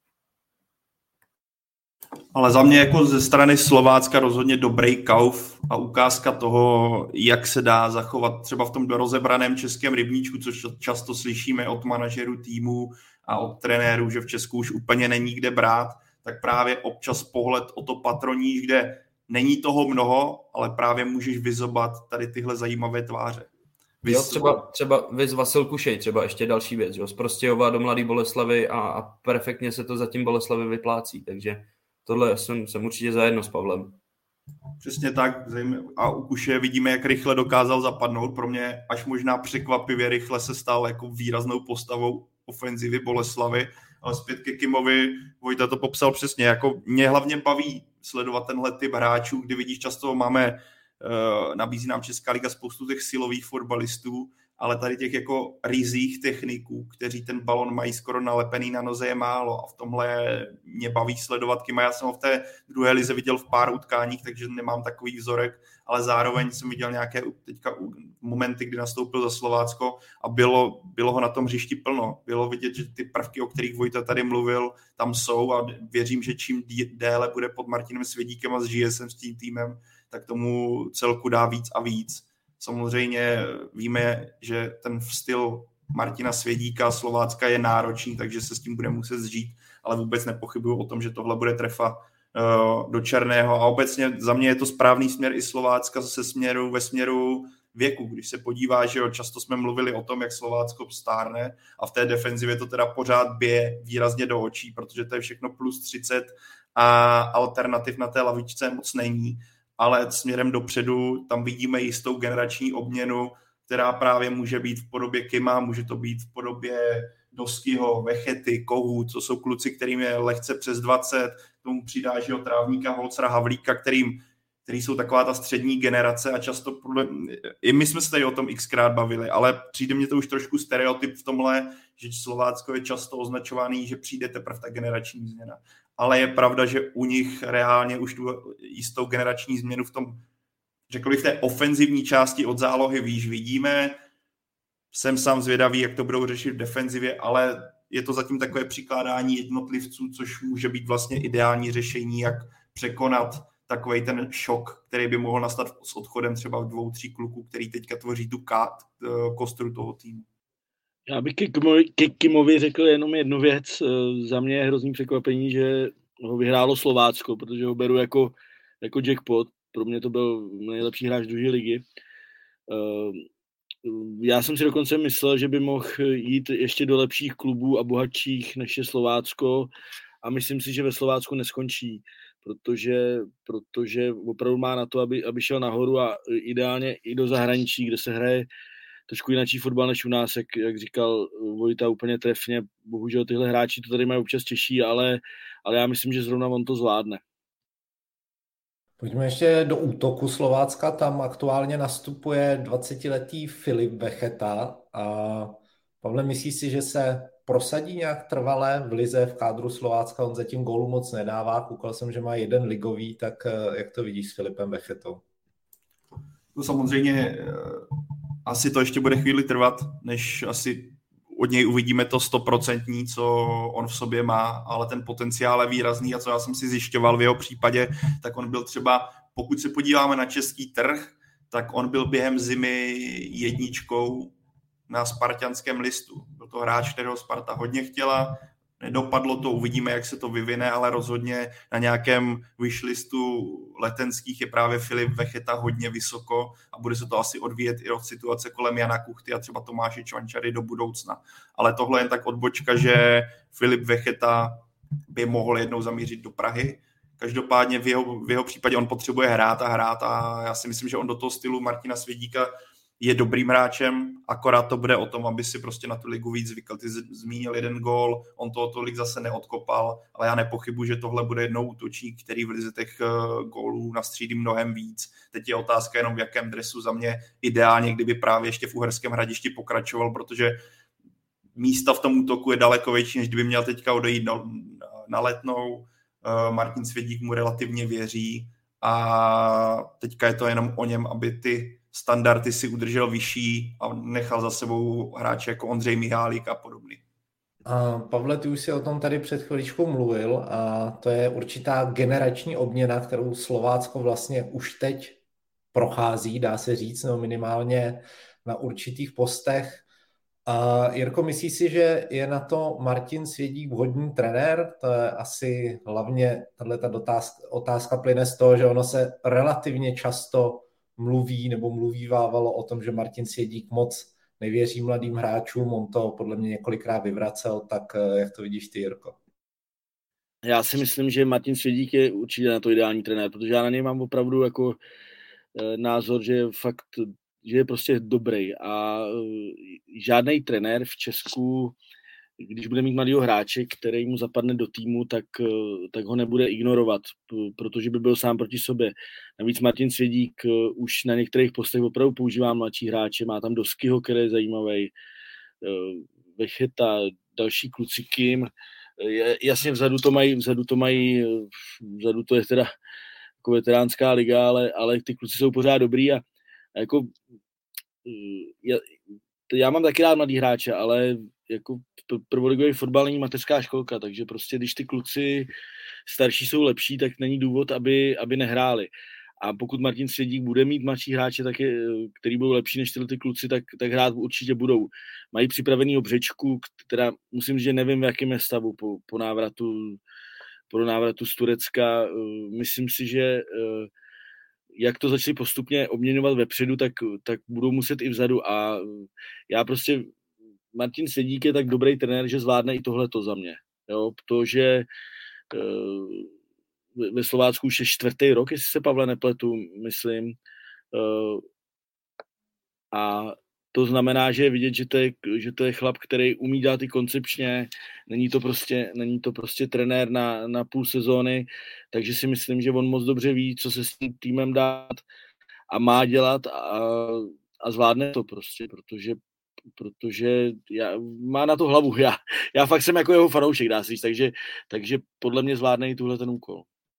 Ale za mě jako ze strany Slovácka rozhodně dobrý kauf a ukázka toho, jak se dá zachovat třeba v tom rozebraném českém rybníčku, což často slyšíme od manažerů týmu a od trenérů, že v Česku už úplně není kde brát, tak právě občas pohled o to patroníž, kde není toho mnoho, ale právě můžeš vyzobat tady tyhle zajímavé tváře. Vys... Jo, třeba, třeba vys Vasil Kušej, třeba ještě další věc, jo, z Prostějova do Mladé Boleslavy a, a perfektně se to zatím Boleslavy vyplácí, takže tohle jsem, jsem určitě zajedno s Pavlem. Přesně tak. A u Kuše vidíme, jak rychle dokázal zapadnout. Pro mě až možná překvapivě rychle se stal jako výraznou postavou ofenzivy Boleslavy. Ale zpět ke Kimovi, Vojta to popsal přesně. Jako mě hlavně baví sledovat tenhle typ hráčů, kdy vidíš, často máme, nabízí nám Česká liga spoustu těch silových fotbalistů, ale tady těch jako rizích techniků, kteří ten balon mají skoro nalepený na noze, je málo a v tomhle mě baví sledovat Kima. Já jsem ho v té druhé lize viděl v pár utkáních, takže nemám takový vzorek, ale zároveň jsem viděl nějaké teďka momenty, kdy nastoupil za Slovácko a bylo, bylo ho na tom hřišti plno. Bylo vidět, že ty prvky, o kterých Vojta tady mluvil, tam jsou a věřím, že čím déle bude pod Martinem Svědíkem a s G S M s tím týmem, tak tomu celku dá víc a víc. Samozřejmě víme, že ten styl Martina Svědíka Slovácka je náročný, takže se s tím bude muset zžít, ale vůbec nepochybuju o tom, že tohle bude trefa uh, do černého a obecně za mě je to správný směr i Slovácka se směru ve směru věku. Když se podívá, že jo, často jsme mluvili o tom, jak Slovácko stárne a v té defenzivě to teda pořád bije výrazně do očí, protože to je všechno plus třicet a alternativ na té lavičce moc není, ale směrem dopředu tam vidíme jistou generační obměnu, která právě může být v podobě Kima, může to být v podobě Doskyho, Vechety, Kohut, to jsou kluci, kterým je lehce přes dvacet, k tomu přidá, že jo, Trávníka, Holcera, Havlíka, kterým, který jsou taková ta střední generace a často, podle, i my jsme se tady o tom xkrát bavili, ale přijde mně to už trošku stereotyp v tomhle, že Slovácko je často označovaný, že přijde teprve ta generační změna. Ale je pravda, že u nich reálně už tu jistou generační změnu v tom, řekl bych, v té ofenzivní části od zálohy výš vidíme. Jsem sám zvědavý, jak to budou řešit v defenzivě, ale je to zatím takové přikládání jednotlivců, což může být vlastně ideální řešení, jak překonat takovej ten šok, který by mohl nastat s odchodem třeba dvou, tří kluků, který teďka tvoří tu ká, kostru toho týmu. Já bych ke Kimovi, ke Kimovi řekl jenom jednu věc. Za mě je hrozný překvapení, že ho vyhrálo Slovácko, protože ho beru jako, jako jackpot. Pro mě to byl nejlepší hráč druhé ligy. Já jsem si dokonce myslel, že by mohl jít ještě do lepších klubů a bohatších, než je Slovácko, a myslím si, že ve Slovácku neskončí, protože, protože opravdu má na to, aby, aby šel nahoru a ideálně i do zahraničí, kde se hraje trošku jináčí fotbal než u nás, jak, jak říkal Vojta úplně trefně. Bohužel tyhle hráči to tady mají občas těžší, ale, ale já myslím, že zrovna on to zvládne. Pojďme ještě do útoku Slovácka. Tam aktuálně nastupuje dvacetiletý Filip Vecheta. A Pavle, myslíš si, že se prosadí nějak trvale v lize v kádru Slovácka? On zatím gólu moc nedává. Koukal jsem, že má jeden ligový, tak jak to vidíš s Filipem Vechetou? To samozřejmě asi to ještě bude chvíli trvat, než asi od něj uvidíme to stoprocentní, co on v sobě má, ale ten potenciál je výrazný a co já jsem si zjišťoval v jeho případě, tak on byl třeba, pokud se podíváme na český trh, tak on byl během zimy jedničkou na spartanském listu. Byl to hráč, kterého Sparta hodně chtěla, nedopadlo to, uvidíme, jak se to vyvine, ale rozhodně na nějakém wishlistu letenských je právě Filip Vecheta hodně vysoko a bude se to asi odvíjet i od situace kolem Jana Kuchty a třeba Tomáše Čvančary do budoucna. Ale tohle je tak odbočka, že Filip Vecheta by mohl jednou zamířit do Prahy. Každopádně v jeho, v jeho případě on potřebuje hrát a hrát a já si myslím, že on do toho stylu Martina Svědíka je dobrým hráčem, akorát to bude o tom, aby si prostě na tu ligu víc zvykl. Ty zmínil jeden gól, on toho tolik zase neodkopal, ale já nepochybuji, že tohle bude jednou útočník, který v lize těch gólů nastřídí mnohem víc. Teď je otázka jenom v jakém dresu. Za mě ideálně, kdyby právě ještě v Uherském Hradišti pokračoval, protože místa v tom útoku je daleko větší, než kdyby měl teďka odejít na, na Letnou. Martin Svědík mu relativně věří a teďka je to jenom o něm, aby ty standardy si udržel vyšší a nechal za sebou hráče jako Ondřej Mihálík a podobný. A Pavle, ty už si o tom tady před chviličkou mluvil a to je určitá generační obměna, kterou Slovácko vlastně už teď prochází, dá se říct, no minimálně na určitých postech. A Jirko, myslíš si, že je na to Martin Svědík vhodný trenér? To je asi hlavně tato otázka, otázka plyne z toho, že ono se relativně často mluví nebo mluvívávalo o tom, že Martin Svědík moc nevěří mladým hráčům, on to podle mě několikrát vyvracel, tak jak to vidíš ty, Jirko? Já si myslím, že Martin Svědík je určitě na to ideální trenér, protože já na něj mám opravdu jako názor, že je fakt, že je prostě dobrý a žádný trenér v Česku, když bude mít mladýho hráče, který mu zapadne do týmu, tak, tak ho nebude ignorovat, protože by byl sám proti sobě. Navíc Martin Svědík už na některých postech opravdu používá mladší hráče, má tam Doskyho, který je zajímavý, Vecheta, další kluci Kim. Jasně vzadu to mají, vzadu to mají, vzadu to je teda jako veteránská liga, ale, ale ty kluci jsou pořád dobrý a, a jako já, já mám taky rád mladý hráče, ale jako prvoligový fotbal není mateřská školka, takže prostě když ty kluci starší jsou lepší, tak není důvod, aby, aby nehráli. A pokud Martin Svědík bude mít mladší hráče, tak je, který budou lepší než tyhle ty kluci, tak, tak hrát určitě budou. Mají připravený Břečku, která musím říct, že nevím, v jakém je stavu po, po návratu po návratu z Turecka. Myslím si, že jak to začali postupně obměňovat vepředu, tak, tak budou muset i vzadu a já prostě, Martin Sedík je tak dobrý trenér, že zvládne i tohleto za mě. Jo, protože ve Slovácku už je čtvrtý rok, jestli se, Pavle, nepletu, myslím. A to znamená, že je vidět, že to je, že to je chlap, který umí dát i koncepčně, není to prostě, není to prostě trenér na, na půl sezóny, takže si myslím, že on moc dobře ví, co se s tím týmem dát a má dělat a, a zvládne to prostě, protože protože já, má na to hlavu. Já, já fakt jsem jako jeho fanoušek, dá se říct, takže, takže podle mě zvládne i tuhle ten úkol.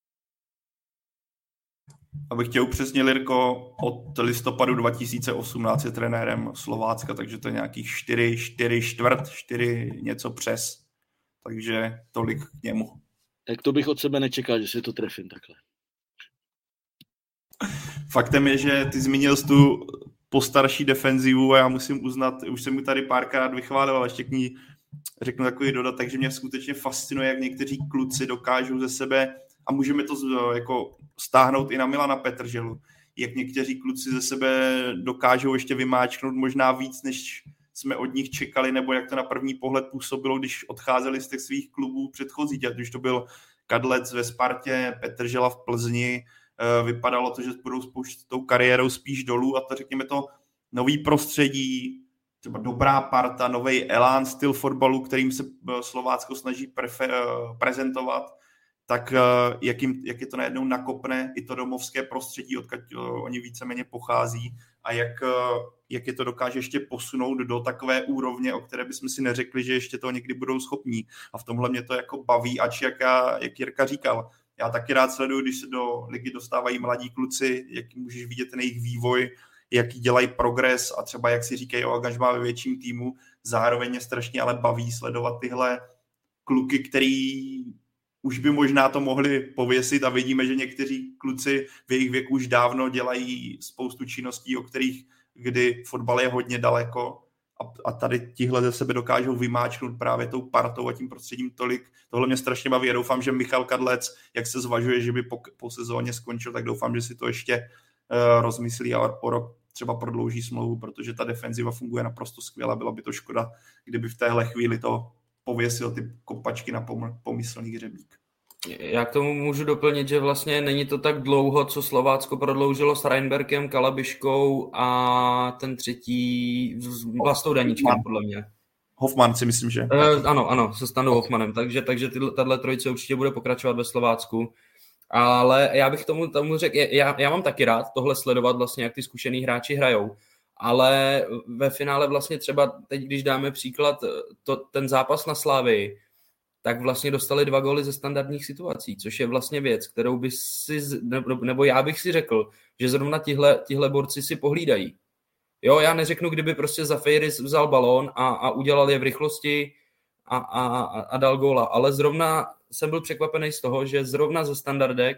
Abych tě upřesnil, Jirko, od listopadu dva tisíce osmnáct je trenérem Slovácka, takže to je nějakých čtyři, čtyři čtvrt, čtyři něco přes. Takže tolik k němu. Tak to bych od sebe nečekal, že si to trefím takhle. Faktem je, že ty zmínil jsi tu postarší defenzivu a já musím uznat, už jsem mu tady párkrát vychválil, ale ještě k ní řeknu takový dodatek, že mě skutečně fascinuje, jak někteří kluci dokážou ze sebe, a můžeme to jako stáhnout i na Milana Petrželu, jak někteří kluci ze sebe dokážou ještě vymáčknout možná víc, než jsme od nich čekali, nebo jak to na první pohled působilo, když odcházeli z těch svých klubů předchozích, ať už to byl Kadlec ve Spartě, Petržela v Plzni. Vypadalo to, že budou spouštět tou kariérou spíš dolů a to, řekněme, to nový prostředí, třeba dobrá parta, nový elán, styl fotbalu, kterým se Slovácko snaží prefe- prezentovat, tak jak, jim, jak je to najednou nakopne i to domovské prostředí, odkud oni víceméně pochází a jak, jak je to dokáže ještě posunout do takové úrovně, o které bychom si neřekli, že ještě to někdy budou schopní. A v tomhle mě to jako baví, ač jak, já, jak Jirka říkal, já taky rád sleduju, když se do ligy dostávají mladí kluci, jak můžeš vidět ten jejich vývoj, jaký dělají progres a třeba jak si říkají o angažmá ve větším týmu. Zároveň mě strašně ale baví sledovat tyhle kluky, který už by možná to mohli pověsit a vidíme, že někteří kluci v jejich věku už dávno dělají spoustu činností, o kterých, kdy fotbal je hodně daleko a, a tady tihle ze sebe dokážou vymáčknout právě tou partou a tím prostředím tolik. Tohle mě strašně baví a doufám, že Michal Kadlec, jak se zvažuje, že by po, po sezóně skončil, tak doufám, že si to ještě uh, rozmyslí a o rok třeba prodlouží smlouvu, protože ta defenziva funguje naprosto skvěle. Byla by to škoda, kdyby v téhle chvíli to pověsil ty kopačky na pomyslný hřebík. Já k tomu můžu doplnit, že vlastně není to tak dlouho, co Slovácko prodloužilo s Reinbergem, Kalabiškou a ten třetí Vlastou Daníčkem, podle mě. Hofman si myslím, že. Uh, ano, ano, se Standou Hofmanem, takže, takže tato trojice určitě bude pokračovat ve Slovácku. Ale já bych tomu, tomu řekl, já, já mám taky rád tohle sledovat vlastně, jak ty zkušený hráči hrajou. Ale ve finále vlastně třeba teď, když dáme příklad, to, ten zápas na Slavii, tak vlastně dostali dva góly ze standardních situací, což je vlastně věc, kterou by si, nebo, nebo já bych si řekl, že zrovna tihle, tihle borci si pohlídají. Jo, já neřeknu, kdyby prostě Zafiris vzal balón a, a udělal je v rychlosti a, a, a dal góla, ale zrovna jsem byl překvapený z toho, že zrovna ze standardek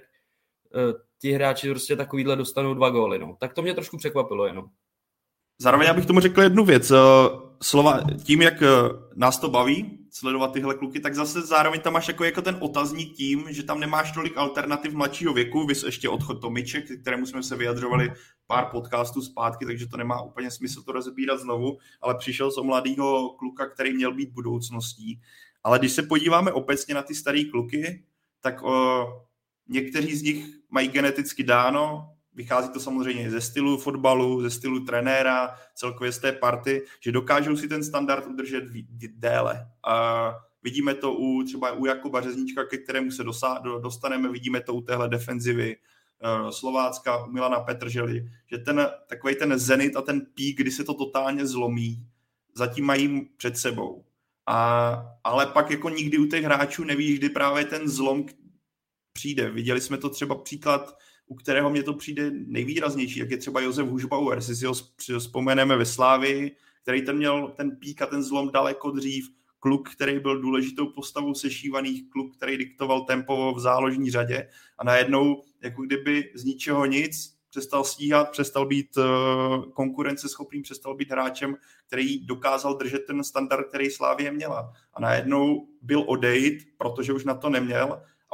ti hráči prostě takovýhle dostanou dva góly. No. Tak to mě trošku překvapilo jenom. Zároveň já bych tomu řekl jednu věc. Slova, tím, jak nás to baví sledovat tyhle kluky, tak zase zároveň tam máš jako, jako ten otazník tím, že tam nemáš tolik alternativ mladšího věku, vys ještě odchod Tomiček, kterému jsme se vyjadřovali pár podcastů zpátky, takže to nemá úplně smysl to rozebírat znovu, ale přišel z mladého kluka, který měl být budoucností. Ale když se podíváme obecně na ty starý kluky, tak o, někteří z nich mají geneticky dáno, vychází to samozřejmě ze stylu fotbalu, ze stylu trenéra, celkově z té party, že dokážou si ten standard udržet déle. A vidíme to u třeba u Jakuba Řezníčka, ke kterému se dosa- dostaneme, vidíme to u téhle defenzivy uh, Slovácka, u Milana Petržely, že ten takový ten zenit a ten pík, kdy se to totálně zlomí, zatím mají před sebou. A, ale pak jako nikdy u těch hráčů nevíš, kdy právě ten zlom přijde. Viděli jsme to třeba příklad, u kterého mě to přijde nejvýraznější, jak je třeba Josef Hušbauer, si si ho vzpomeneme ve Slávii, který ten měl ten pík a ten zlom daleko dřív, kluk, který byl důležitou postavou sešívaných, kluk, který diktoval tempo v záložní řadě a najednou, jako kdyby z ničeho nic, přestal stíhat, přestal být konkurenceschopným, přestal být hráčem, který dokázal držet ten standard, který Slávie měla. A najednou byl odejít, protože už na to neměl, a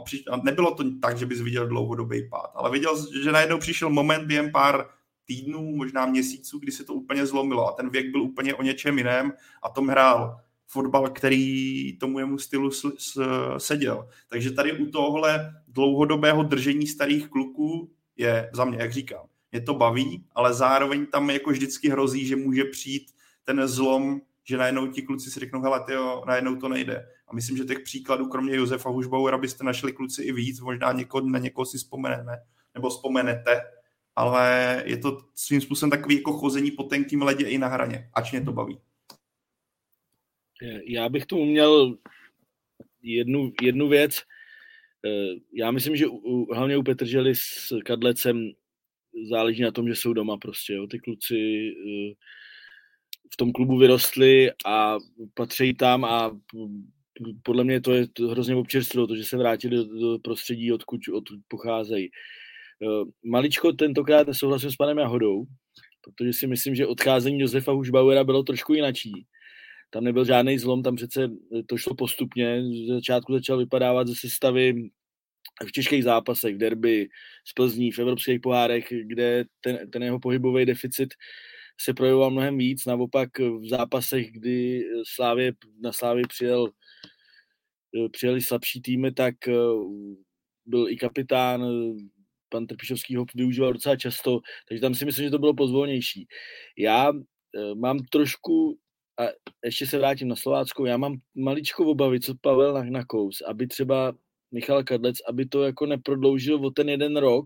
a, přiš, a nebylo to tak, že bys viděl dlouhodobý pád, ale viděl, že najednou přišel moment během pár týdnů, možná měsíců, kdy se to úplně zlomilo a ten věk byl úplně o něčem jiném a Tom hrál fotbal, který tomu jemu stylu s, s, seděl. Takže tady u tohle dlouhodobého držení starých kluků je za mě, jak říkám, mě to baví, ale zároveň tam jako vždycky hrozí, že může přijít ten zlom, že najednou ti kluci si řeknou, hele tyjo, najednou to nejde. A myslím, že těch příkladů, kromě Josefa Hušbauera, byste našli kluci i víc, možná někoho, na někoho si vzpomeneme, nebo vzpomenete, ale je to svým způsobem takový jako chození po tenkým ledě i na hraně, ač mě to baví. Já bych tu měl jednu, jednu věc. Já myslím, že u, hlavně u Petržely s Kadlecem záleží na tom, že jsou doma prostě. Jo. Ty kluci v tom klubu vyrostli a patří tam a podle mě to je to hrozně občerstvilo, to, že se vrátili do, do prostředí, odkud, odkud pocházejí. Maličko tentokrát nesouhlasím s panem Jahodou, protože si myslím, že odcházení Josefa Hušbauera bylo trošku jinačí. Tam nebyl žádný zlom, tam přece to šlo postupně. Z začátku začal vypadávat ze sestavy v těžkých zápasech, v derby, z Plzní, v evropských pohárech, kde ten, ten jeho pohybový deficit se projevoval mnohem víc. Naopak v zápasech, kdy Slávě, na Slávě přijel, přijeli slabší týmy, tak byl i kapitán, pan Trpišovský ho využíval docela často, takže tam si myslím, že to bylo pozvolnější. Já mám trošku, a ještě se vrátím na Slováckou, já mám maličko obavy, co Pavel na, na kous, aby třeba Michal Kadlec, aby to jako neprodloužil o ten jeden rok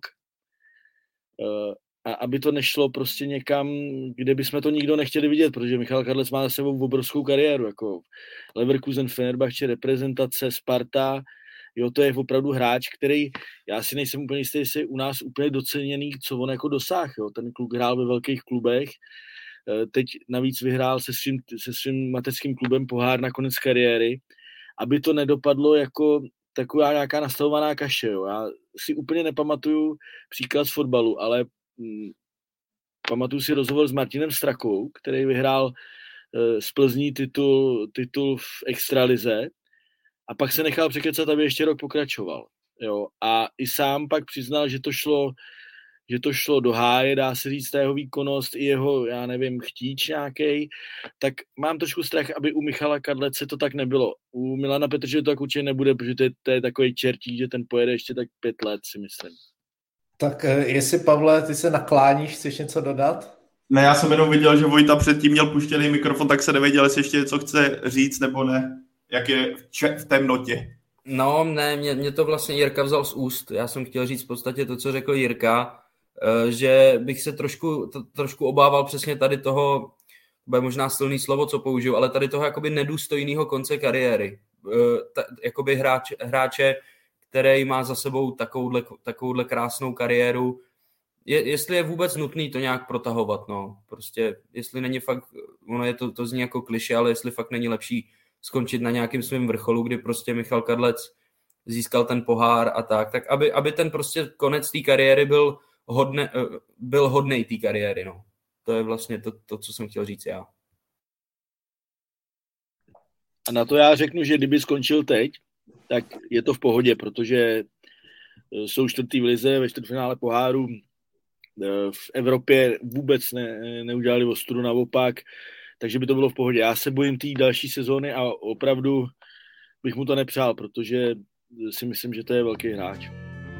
a aby to nešlo prostě někam, kde bychom to nikdo nechtěli vidět, protože Michal Kadlec má za sebou obrovskou kariéru, jako Leverkusen, Fenerbahce, reprezentace, Sparta, jo, to je opravdu hráč, který, já si nejsem úplně jistý, jestli je u nás úplně doceněný, co on jako dosáhl, jo, ten kluk hrál ve velkých klubech, teď navíc vyhrál se svým, se svým mateřským klubem pohár na konec kariéry, aby to nedopadlo jako taková nějaká nastavovaná kaše. Jo. Já si úplně nepamatuju příklad z fotbalu, ale hm, pamatuju si rozhovor s Martinem Strakou, který vyhrál e, z Plzní titul, titul v extralize a pak se nechal překecat, aby ještě rok pokračoval. Jo. A i sám pak přiznal, že to šlo že to šlo do háje, dá se říct, ta jeho výkonnost i jeho, já nevím, chtíč nějakej, tak mám trošku strach, aby u Michala Kadlece to tak nebylo. U Milana Petržely to tak určitě nebude, protože to je, to je takový čertík, že ten pojede ještě tak pět let, si myslím. Tak jestli, Pavle, ty se nakláníš, chceš něco dodat? Ne, já jsem jenom viděl, že Vojta předtím měl puštěný mikrofon, tak se nevěděl, jestli ještě něco chce říct nebo ne, jak je v temnotě. No, ne, mě, mě to vlastně Jirka vzal z úst. Já jsem chtěl říct v podstatě to, co řekl Jirka, že bych se trošku, to, trošku obával přesně tady toho, bude možná silný slovo, co použiju, ale tady toho jakoby nedůstojného konce kariéry. Ta, jakoby hráč, hráče, který má za sebou takovouhle, takovouhle krásnou kariéru. Je, jestli je vůbec nutný to nějak protahovat, no. Prostě, jestli není fakt, ono je to, to zní jako klišé, ale jestli fakt není lepší skončit na nějakým svém vrcholu, kdy prostě Michal Kadlec získal ten pohár a tak, tak aby, aby ten prostě konec té kariéry byl hodne, byl hodnej té kariéry, no. To je vlastně to, to, co jsem chtěl říct já. A na to já řeknu, že kdyby skončil teď, tak je to v pohodě, protože jsou čtvrtý v lize, ve čtvrtfinále poháru, v Evropě vůbec ne, neudělali ostudu, naopak, takže by to bylo v pohodě. Já se bojím té další sezóny a opravdu bych mu to nepřál, protože si myslím, že to je velký hráč.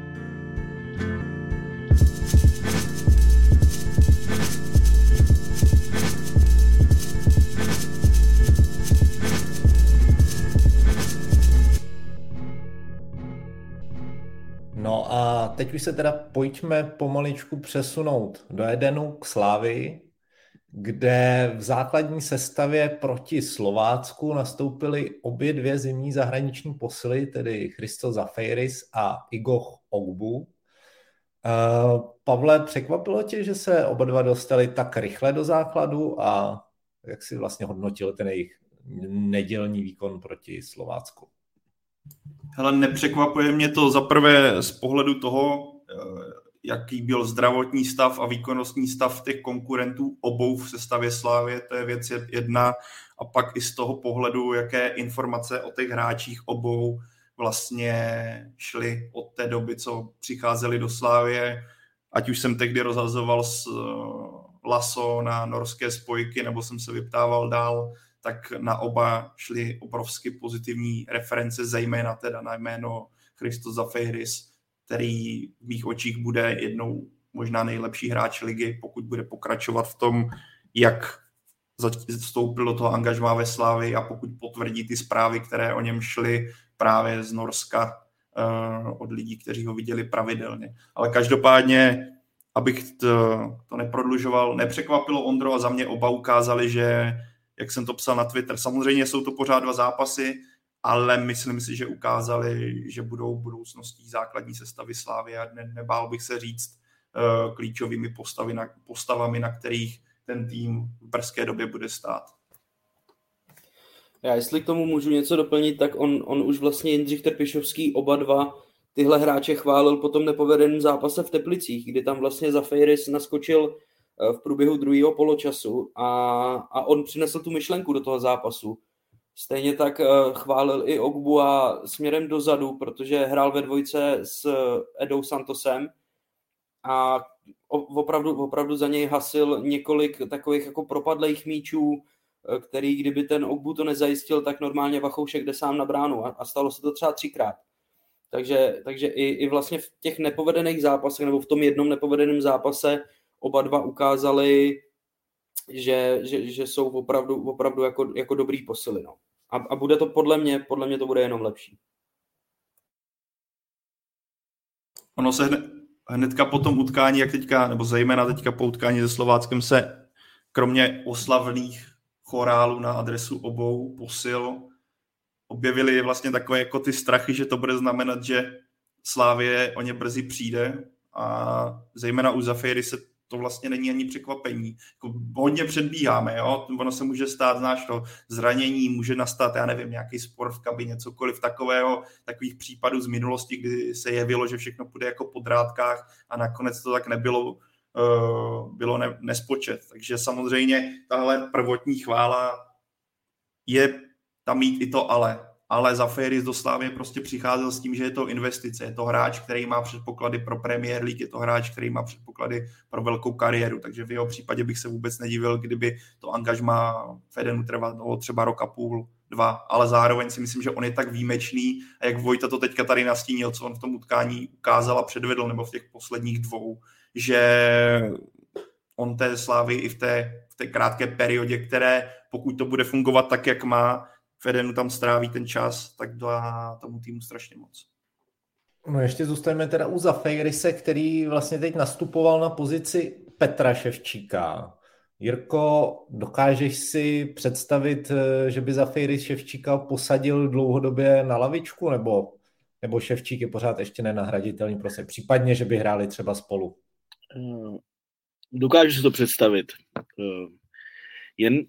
No a teď už se teda pojďme pomaličku přesunout do Edenu k Slavii, kde v základní sestavě proti Slovácku nastoupily obě dvě zimní zahraniční posily, tedy Christos Zafeiris a Igor Ogbu. Uh, Pavle, překvapilo tě, že se oba dva dostali tak rychle do základu a jak si vlastně hodnotil ten jejich nedělní výkon proti Slovácku? Hele, nepřekvapuje mě to zaprvé z pohledu toho, jaký byl zdravotní stav a výkonnostní stav těch konkurentů obou v sestavě Slávie, to je věc jedna, a pak i z toho pohledu, jaké informace o těch hráčích obou vlastně šli od té doby, co přicházeli do Slávie, ať už jsem tehdy rozhazoval s Laso na norské spojky, nebo jsem se vyptával dál, tak na oba šly obrovsky pozitivní reference, zejména teda na jméno Christos Zafeiris, který v mých očích bude jednou možná nejlepší hráč ligy, pokud bude pokračovat v tom, jak vstoupil do toho angažmá ve Slávii a pokud potvrdí ty zprávy, které o něm šly právě z Norska uh, od lidí, kteří ho viděli pravidelně. Ale každopádně, abych to, to neprodlužoval, nepřekvapilo Ondro a za mě oba ukázali, že, jak jsem to psal na Twitter, samozřejmě jsou to pořád dva zápasy, ale myslím si, že ukázali, že budou budoucností základní sestavy Slávy a ne, nebál bych se říct uh, klíčovými postavy na, postavami, na kterých ten tým v brzké době bude stát. Já jestli k tomu můžu něco doplnit, tak on, on už vlastně Jindřich Trpišovský oba dva tyhle hráče chválil po tom nepovedeném zápase v Teplicích, kdy tam vlastně Zafeiris naskočil v průběhu druhého poločasu a, a on přinesl tu myšlenku do toho zápasu. Stejně tak chválil i Ogbua směrem dozadu, protože hrál ve dvojce s Edou Santosem a opravdu, opravdu za něj hasil několik takových jako propadlých míčů, který kdyby ten Ogbu to nezajistil, tak normálně Vachoušek jde sám na bránu a, a stalo se to třeba třikrát. Takže, takže i, i vlastně v těch nepovedených zápasech nebo v tom jednom nepovedeném zápase oba dva ukázali, že, že, že jsou opravdu, opravdu jako, jako dobrý posily. No. A, a bude to podle mě, podle mě to bude jenom lepší. Ono se hned, hnedka po tom utkání, jak teďka, nebo zejména teďka po utkání se Slováckem se kromě oslavných chorálů na adresu obou posil objevily vlastně takové jako ty strachy, že to bude znamenat, že Slávie o ně brzy přijde a zejména u Zafeirise to vlastně není ani překvapení. Jako hodně předbíháme, jo? Ono se může stát, znáš to, zranění, může nastat, já nevím, nějaký spor v kabině, cokoliv takového, takových případů z minulosti, kdy se jevilo, že všechno půjde jako po drátkách a nakonec to tak nebylo, uh, bylo ne, nespočet. Takže samozřejmě tahle prvotní chvála je tam mít i to ale. Ale Zafeiris do Slávie prostě přicházel s tím, že je to investice. Je to hráč, který má předpoklady pro Premier League, je to hráč, který má předpoklady pro velkou kariéru. Takže v jeho případě bych se vůbec nedivil, kdyby to angažmá v Edenu trvalo třeba rok a půl, dva. Ale zároveň si myslím, že on je tak výjimečný a jak Vojta to teďka tady nastínil, co on v tom utkání ukázal a předvedl, nebo v těch posledních dvou, že on té Slávii i v té, v té krátké periodě, které pokud to bude fungovat tak, jak má, v Edenu tam stráví ten čas, tak dá tomu týmu strašně moc. No ještě zůstaneme teda u Zafeirise, který vlastně teď nastupoval na pozici Petra Ševčíka. Jirko, dokážeš si představit, že by Zafeiris Ševčíka posadil dlouhodobě na lavičku, nebo, nebo Ševčík je pořád ještě nenahraditelný, prostě případně, že by hráli třeba spolu? Dokážu si to představit. Jen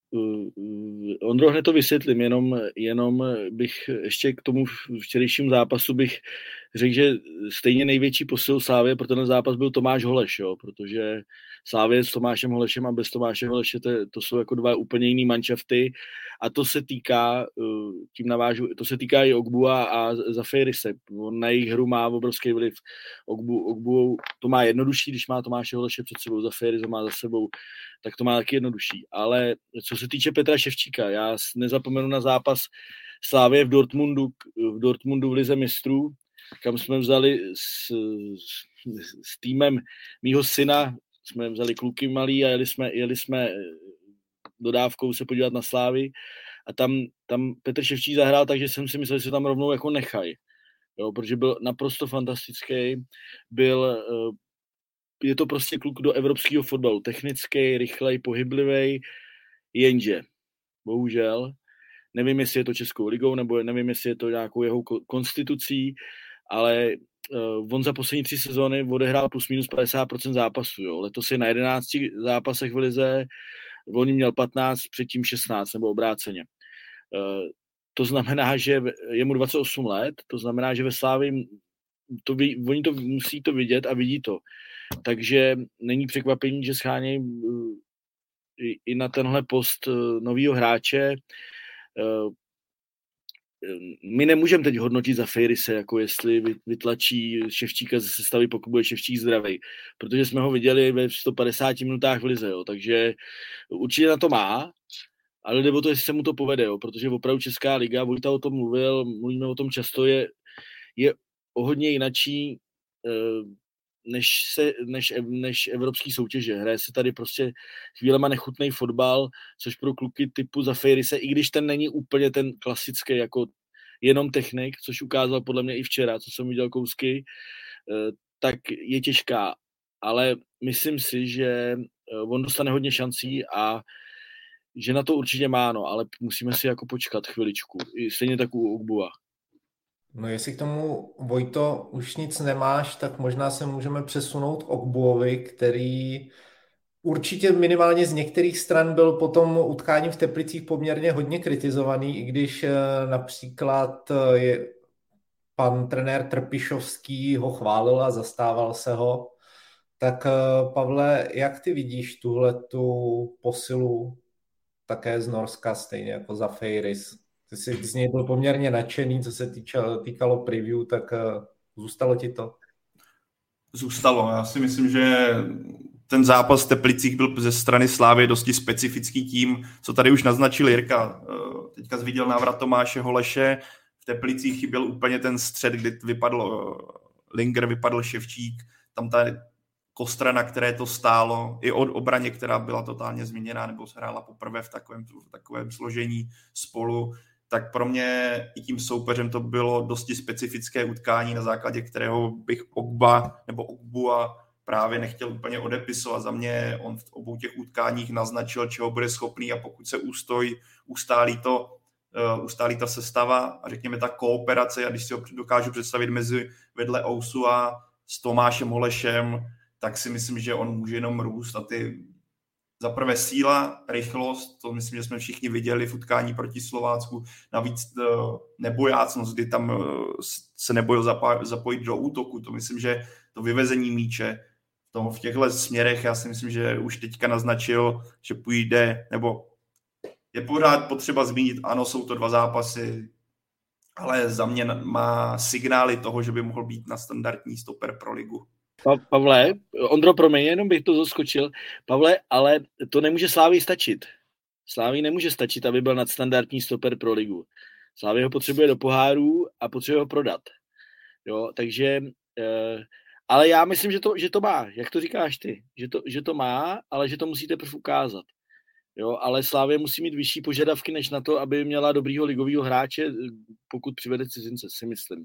Ondro, hned to vysvětlím, jenom, jenom bych ještě k tomu včerejšímu zápasu bych řekl, že stejně největší posil Slávie pro ten zápas byl Tomáš Holeš, jo, protože Slávie s Tomášem Holešem a bez Tomáše Holeše to, to jsou jako dva úplně jiný manšafty a to se týká, tím navážu, to se týká i Ogbua a Zafeirise. On na jejich hru má obrovský vliv. Ogbu, Ogbu to má jednodušší, když má Tomáše Holeše před sebou, Zafeiris ho má za sebou, tak to má taky jednodušší. Ale co se týče Petra Ševčíka, já nezapomenu na zápas Slávie v Dortmundu, v Dortmundu v Lize mistrů, kam jsme vzali s, s, s týmem mýho syna, jsme vzali kluky malý a jeli jsme, jeli jsme dodávkou se podívat na Slávy a tam, tam Petr Ševčík zahrál, takže jsem si myslel, že se tam rovnou jako nechají, jo, protože byl naprosto fantastický, byl, je to prostě kluk do evropského fotbalu, technický, rychlej, pohyblivý, jenže, bohužel, nevím, jestli je to Českou ligou, nebo nevím, jestli je to nějakou jeho konstitucí, ale uh, on za poslední tři sezóny odehrál plus minus padesát procent zápasů. Jo. Letos je na jedenácti zápasech v lize, on měl patnáct, předtím šestnáct, nebo obráceně. Uh, to znamená, že je mu dvacet osm let, to znamená, že ve Slávii to ví, oni to musí to vidět a vidí to. Takže není překvapení, že schánějí uh, i, i na tenhle post uh, novýho hráče. Uh, my nemůžeme teď hodnotit za Fejrise, jako jestli vytlačí Ševčíka ze sestavy, pokud bude Ševčík zdravej, protože jsme ho viděli ve sto padesáti minutách v lize, jo. Takže určitě na to má, ale jde o to, jestli se mu to povede, jo. Protože opravdu Česká liga, Vojta o tom mluvil, mluvíme o tom často, je, je o hodně jinačí než, se, než, než evropský soutěže. Hraje se tady prostě chvílema nechutnej fotbal, což pro kluky typu za Fejrise, i když ten není úplně ten klasický, jako jenom technik, což ukázal podle mě i včera, co jsem viděl kousky, tak je těžká. Ale myslím si, že on dostane hodně šancí a že na to určitě má, no, ale musíme si jako počkat chviličku. Stejně tak u Ogbua. No jestli k tomu, Vojto, už nic nemáš, tak možná se můžeme přesunout k Ogbuovi, který určitě minimálně z některých stran byl po tom utkání v Teplicích poměrně hodně kritizovaný, i když například je, pan trenér Trpišovský ho chválil a zastával se ho. Tak Pavle, jak ty vidíš tuhletu posilu také z Norska, stejně jako za Fejris? Ty jsi z něj byl poměrně nadšený, co se týčalo, týkalo preview, tak zůstalo ti to? Zůstalo. Já si myslím, že ten zápas v Teplicích byl ze strany Slávy dosti specifický tím, co tady už naznačil Jirka. Teďka viděl návrat Tomáše Holeše, v Teplicích chyběl úplně ten střed, kdy vypadl Linger, vypadl Ševčík, tam ta kostra, na které to stálo, i od obraně, která byla totálně změněná, nebo se hrála poprvé v takovém, v takovém složení spolu, tak pro mě i tím soupeřem to bylo dosti specifické utkání, na základě kterého bych Ogba nebo Ogbua právě nechtěl úplně odepisovat. Za mě on v obou těch utkáních naznačil, čeho bude schopný, a pokud se ústoj, ustálí to, uh, ustálí ta sestava a řekněme ta kooperace, a když si ho dokážu představit mezi vedle Ousua s Tomášem Holešem, tak si myslím, že on může jenom růst a ty za prvé síla, rychlost, to myslím, že jsme všichni viděli v utkání proti Slovácku, navíc nebojácnost, kdy tam se nebojil zapojit do útoku, to myslím, že to vyvezení míče to v těchto směrech, já si myslím, že už teďka naznačil, že půjde, nebo je pořád potřeba zmínit, ano, jsou to dva zápasy, ale za mě má signály toho, že by mohl být na standardní stoper pro ligu. Pa- Pavle, Ondro, promiň, jenom bych to zaskočil. Pavle, ale to nemůže Slávii stačit. Slávii nemůže stačit, aby byl nadstandardní stoper pro ligu. Slávii ho potřebuje do pohárů a potřebuje ho prodat. Jo, takže, eh, ale já myslím, že to, že to má. Jak to říkáš ty? Že to, že to má, ale že to musíte teprve ukázat. Jo, ale Slávie musí mít vyšší požadavky, než na to, aby měla dobrýho ligového hráče, pokud přivede cizince, si myslím.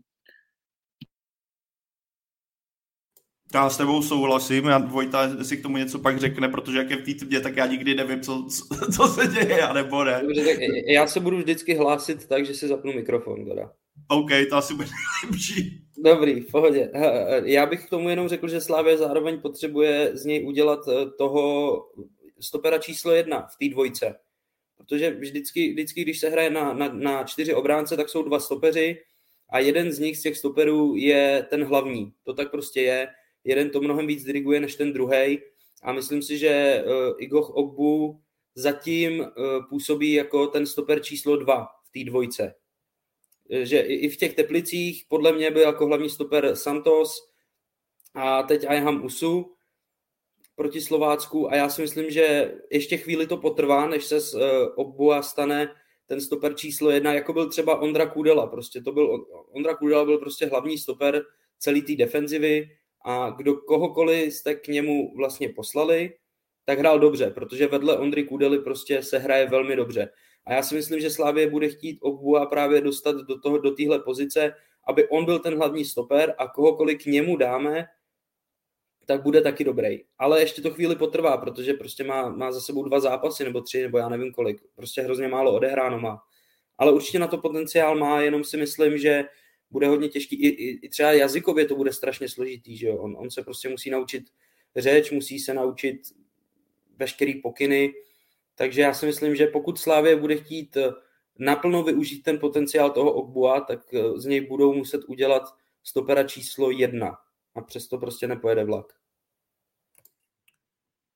Já s tebou souhlasím, já Vojta si k tomu něco pak řekne, protože jak je v té tmě, tak já nikdy nevím, co, co, co se děje, a nebo ne. Dobře, tak já se budu vždycky hlásit tak, že si zapnu mikrofon. Teda. OK, to asi bude lepší. Dobrý, v pohodě. Já bych k tomu jenom řekl, že Slavia zároveň potřebuje z něj udělat toho stopera číslo jedna v té dvojce. Protože vždycky, vždycky, když se hraje na, na, na čtyři obránce, tak jsou dva stopeři a jeden z nich, z těch stoperů, je ten hlavní. To tak prostě je. Jeden to mnohem víc diriguje než ten druhej a myslím si, že uh, Igoch Ogbu zatím uh, působí jako ten stoper číslo dva v té dvojce. Že i, i v těch Teplicích podle mě byl jako hlavní stoper Santos a teď Ayham Usu proti Slovácku a já si myslím, že ještě chvíli to potrvá, než se z uh, Ogbua stane ten stoper číslo jedna, jako byl třeba Ondra Kudela. Prostě to byl, Ondra Kudela byl prostě hlavní stoper celý té defenzivy, a kdo kohokoliv jste k němu vlastně poslali, tak hrál dobře, protože vedle Ondry Kudely prostě se hraje velmi dobře. A já si myslím, že Slavie bude chtít Ogbua právě dostat do toho, do téhle pozice, aby on byl ten hlavní stoper a kohokoliv k němu dáme, tak bude taky dobrý. Ale ještě to chvíli potrvá, protože prostě má, má za sebou dva zápasy nebo tři, nebo já nevím kolik. Prostě hrozně málo odehráno má. Ale určitě na to potenciál má, jenom si myslím, že bude hodně těžký. I, i, i třeba jazykově to bude strašně složitý, že jo. On, on se prostě musí naučit řeč, musí se naučit veškerý pokyny. Takže já si myslím, že pokud Slavie bude chtít naplno využít ten potenciál toho Ogbua, tak z něj budou muset udělat stopera číslo jedna. A přesto prostě nepojede vlak.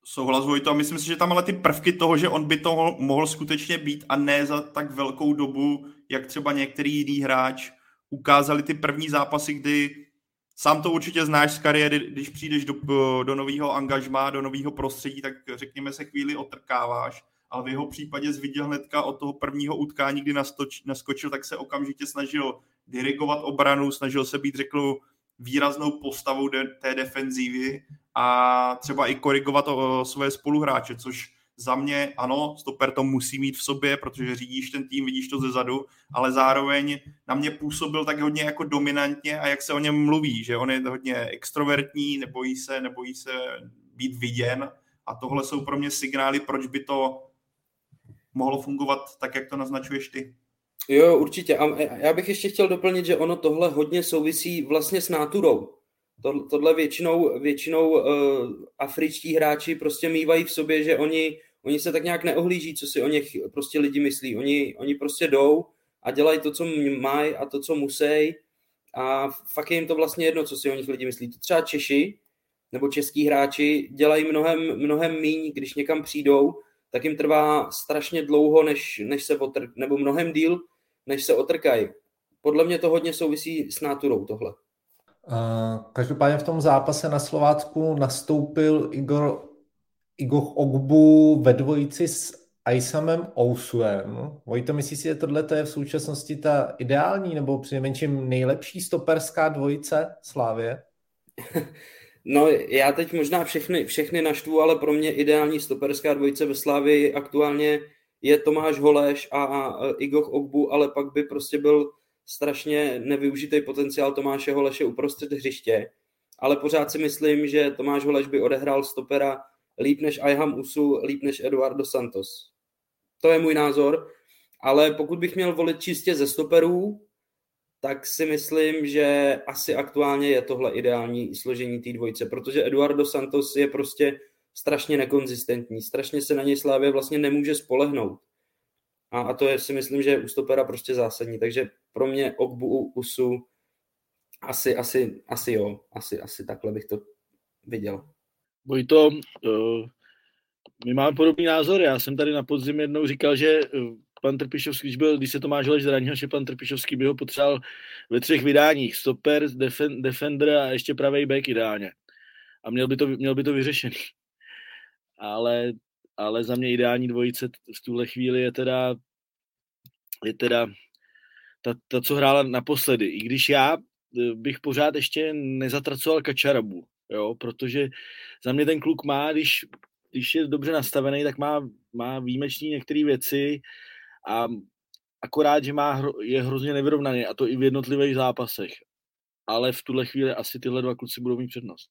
Souhlas Vojto, a myslím si, že tam ale ty prvky toho, že on by to mohl skutečně být a ne za tak velkou dobu, jak třeba některý jiný hráč, ukázali ty první zápasy, kdy sám to určitě znáš z kariéry, když přijdeš do, do nového angažmá, do nového prostředí, tak řekněme se chvíli otrkáváš, ale v jeho případě jsi viděl hnedka od toho prvního utkání, kdy nastoč, naskočil, tak se okamžitě snažil dirigovat obranu, snažil se být, řeknu, výraznou postavou de, té defenzívy a třeba i korigovat o, o své spoluhráče, což za mě, ano, stoper to musí mít v sobě, protože řídíš ten tým, vidíš to zezadu, ale zároveň na mě působil tak hodně jako dominantně a jak se o něm mluví, že on je hodně extrovertní, nebojí se, nebojí se být viděn a tohle jsou pro mě signály, proč by to mohlo fungovat tak, jak to naznačuješ ty. Jo, určitě. A já bych ještě chtěl doplnit, že ono tohle hodně souvisí vlastně s náturou. Tohle většinou, většinou uh, afričtí hráči prostě mývají v sobě, že oni, oni se tak nějak neohlíží, co si o nich prostě lidi myslí. Oni, oni prostě jdou a dělají to, co mají a to, co musí a fakt je jim to vlastně jedno, co si o nich lidi myslí. To třeba Češi nebo český hráči dělají mnohem, mnohem míň, když někam přijdou, tak jim trvá strašně dlouho, než, než se otrk, nebo mnohem díl, než se otrkají. Podle mě to hodně souvisí s náturou tohle. Každopádně v tom zápase na Slovácku nastoupil Igor, Igor Ogbu ve dvojici s Aisamem Ousuem. Vojto, myslíš si, že tohle je v současnosti ta ideální nebo přinejmenším nejlepší stoperská dvojice Slávie? No já teď možná všechny, všechny naštvu, ale pro mě ideální stoperská dvojice ve Slávii aktuálně je Tomáš Holeš a, a Igor Ogbu, ale pak by prostě byl strašně nevyužitý potenciál Tomáše Holeše uprostřed hřiště, ale pořád si myslím, že Tomáš Holeš by odehrál stopera líp než Ayham Usu, líp než Eduardo Santos. To je můj názor, ale pokud bych měl volit čistě ze stoperů, tak si myslím, že asi aktuálně je tohle ideální složení té dvojice, protože Eduardo Santos je prostě strašně nekonzistentní, strašně se na něj Slavia vlastně nemůže spolehnout. A, a to je, si myslím, že je u stopera prostě zásadní. Takže pro mě Ogbu, Usu asi, asi, asi jo. Asi, asi takhle bych to viděl. Vojto, uh, my máme podobný názor. Já jsem tady na podzim jednou říkal, že uh, pan Trpišovský, když, byl, když se Tomáš Holeš zranil, že pan Trpišovský by ho potřeboval ve třech vydáních. Stoper, defen, defender a ještě pravej back ideálně. A měl by to, měl by to vyřešený. Ale ale za mě ideální dvojice v tuhle chvíli je teda, je teda ta, ta, co hrála naposledy. I když já bych pořád ještě nezatracoval Kačarabu, jo, protože za mě ten kluk má, když, když je dobře nastavený, tak má, má výjimečný některé věci a akorát, že má, je hrozně nevyrovnaný a to i v jednotlivých zápasech. Ale v tuhle chvíli asi tyhle dva kluci budou mít přednost.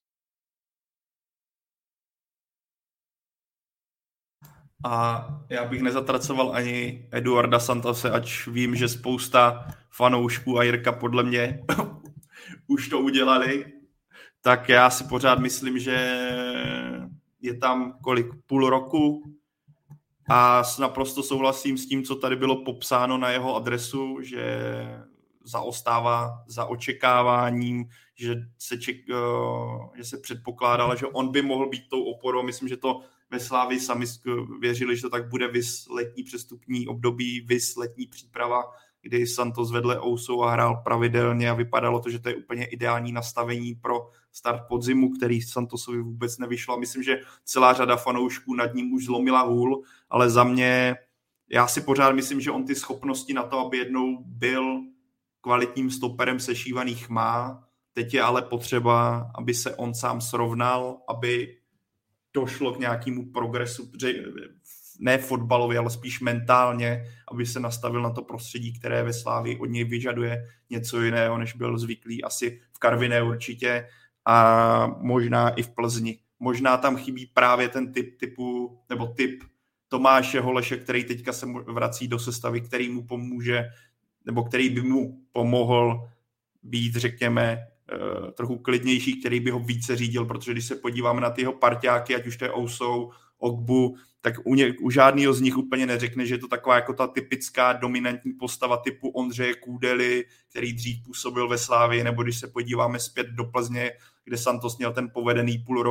A já bych nezatracoval ani Eduarda Santose, ač vím, že spousta fanoušků a Jirka podle mě už to udělali, tak já si pořád myslím, že je tam kolik, půl roku a naprosto souhlasím s tím, co tady bylo popsáno na jeho adresu, že zaostává za očekáváním, že se, ček, že se předpokládalo, že on by mohl být tou oporou. Myslím, že to ve Slávii sami věřili, že to tak bude vys letní přestupní období, vys letní příprava, kdy Santos vedle Ousou a hrál pravidelně a vypadalo to, že to je úplně ideální nastavení pro start podzimu, který Santosovi vůbec nevyšlo. A myslím, že celá řada fanoušků nad ním už zlomila hůl, ale za mě, já si pořád myslím, že on ty schopnosti na to, aby jednou byl kvalitním stoperem sešívaných má. Teď je ale potřeba, aby se on sám srovnal, aby došlo k nějakému progresu, ne fotbalově, ale spíš mentálně, aby se nastavil na to prostředí, které ve Slávii od něj vyžaduje něco jiného, než byl zvyklý asi v Karviné určitě a možná i v Plzni. Možná tam chybí právě ten typ typu, nebo typ Tomáše Holeše, který teďka se vrací do sestavy, který mu pomůže, nebo který by mu pomohl být, řekněme, trochu klidnější, který by ho více řídil, protože když se podíváme na ty jeho parťáky, ať už to je Ousou, Ogbu, tak u, ně, u žádného z nich úplně neřekne, že je to taková jako ta typická dominantní postava typu Ondřeje Kůdely, který dřív působil ve Slávii, nebo když se podíváme zpět do Plzně, kde Santos měl ten povedený půl rok,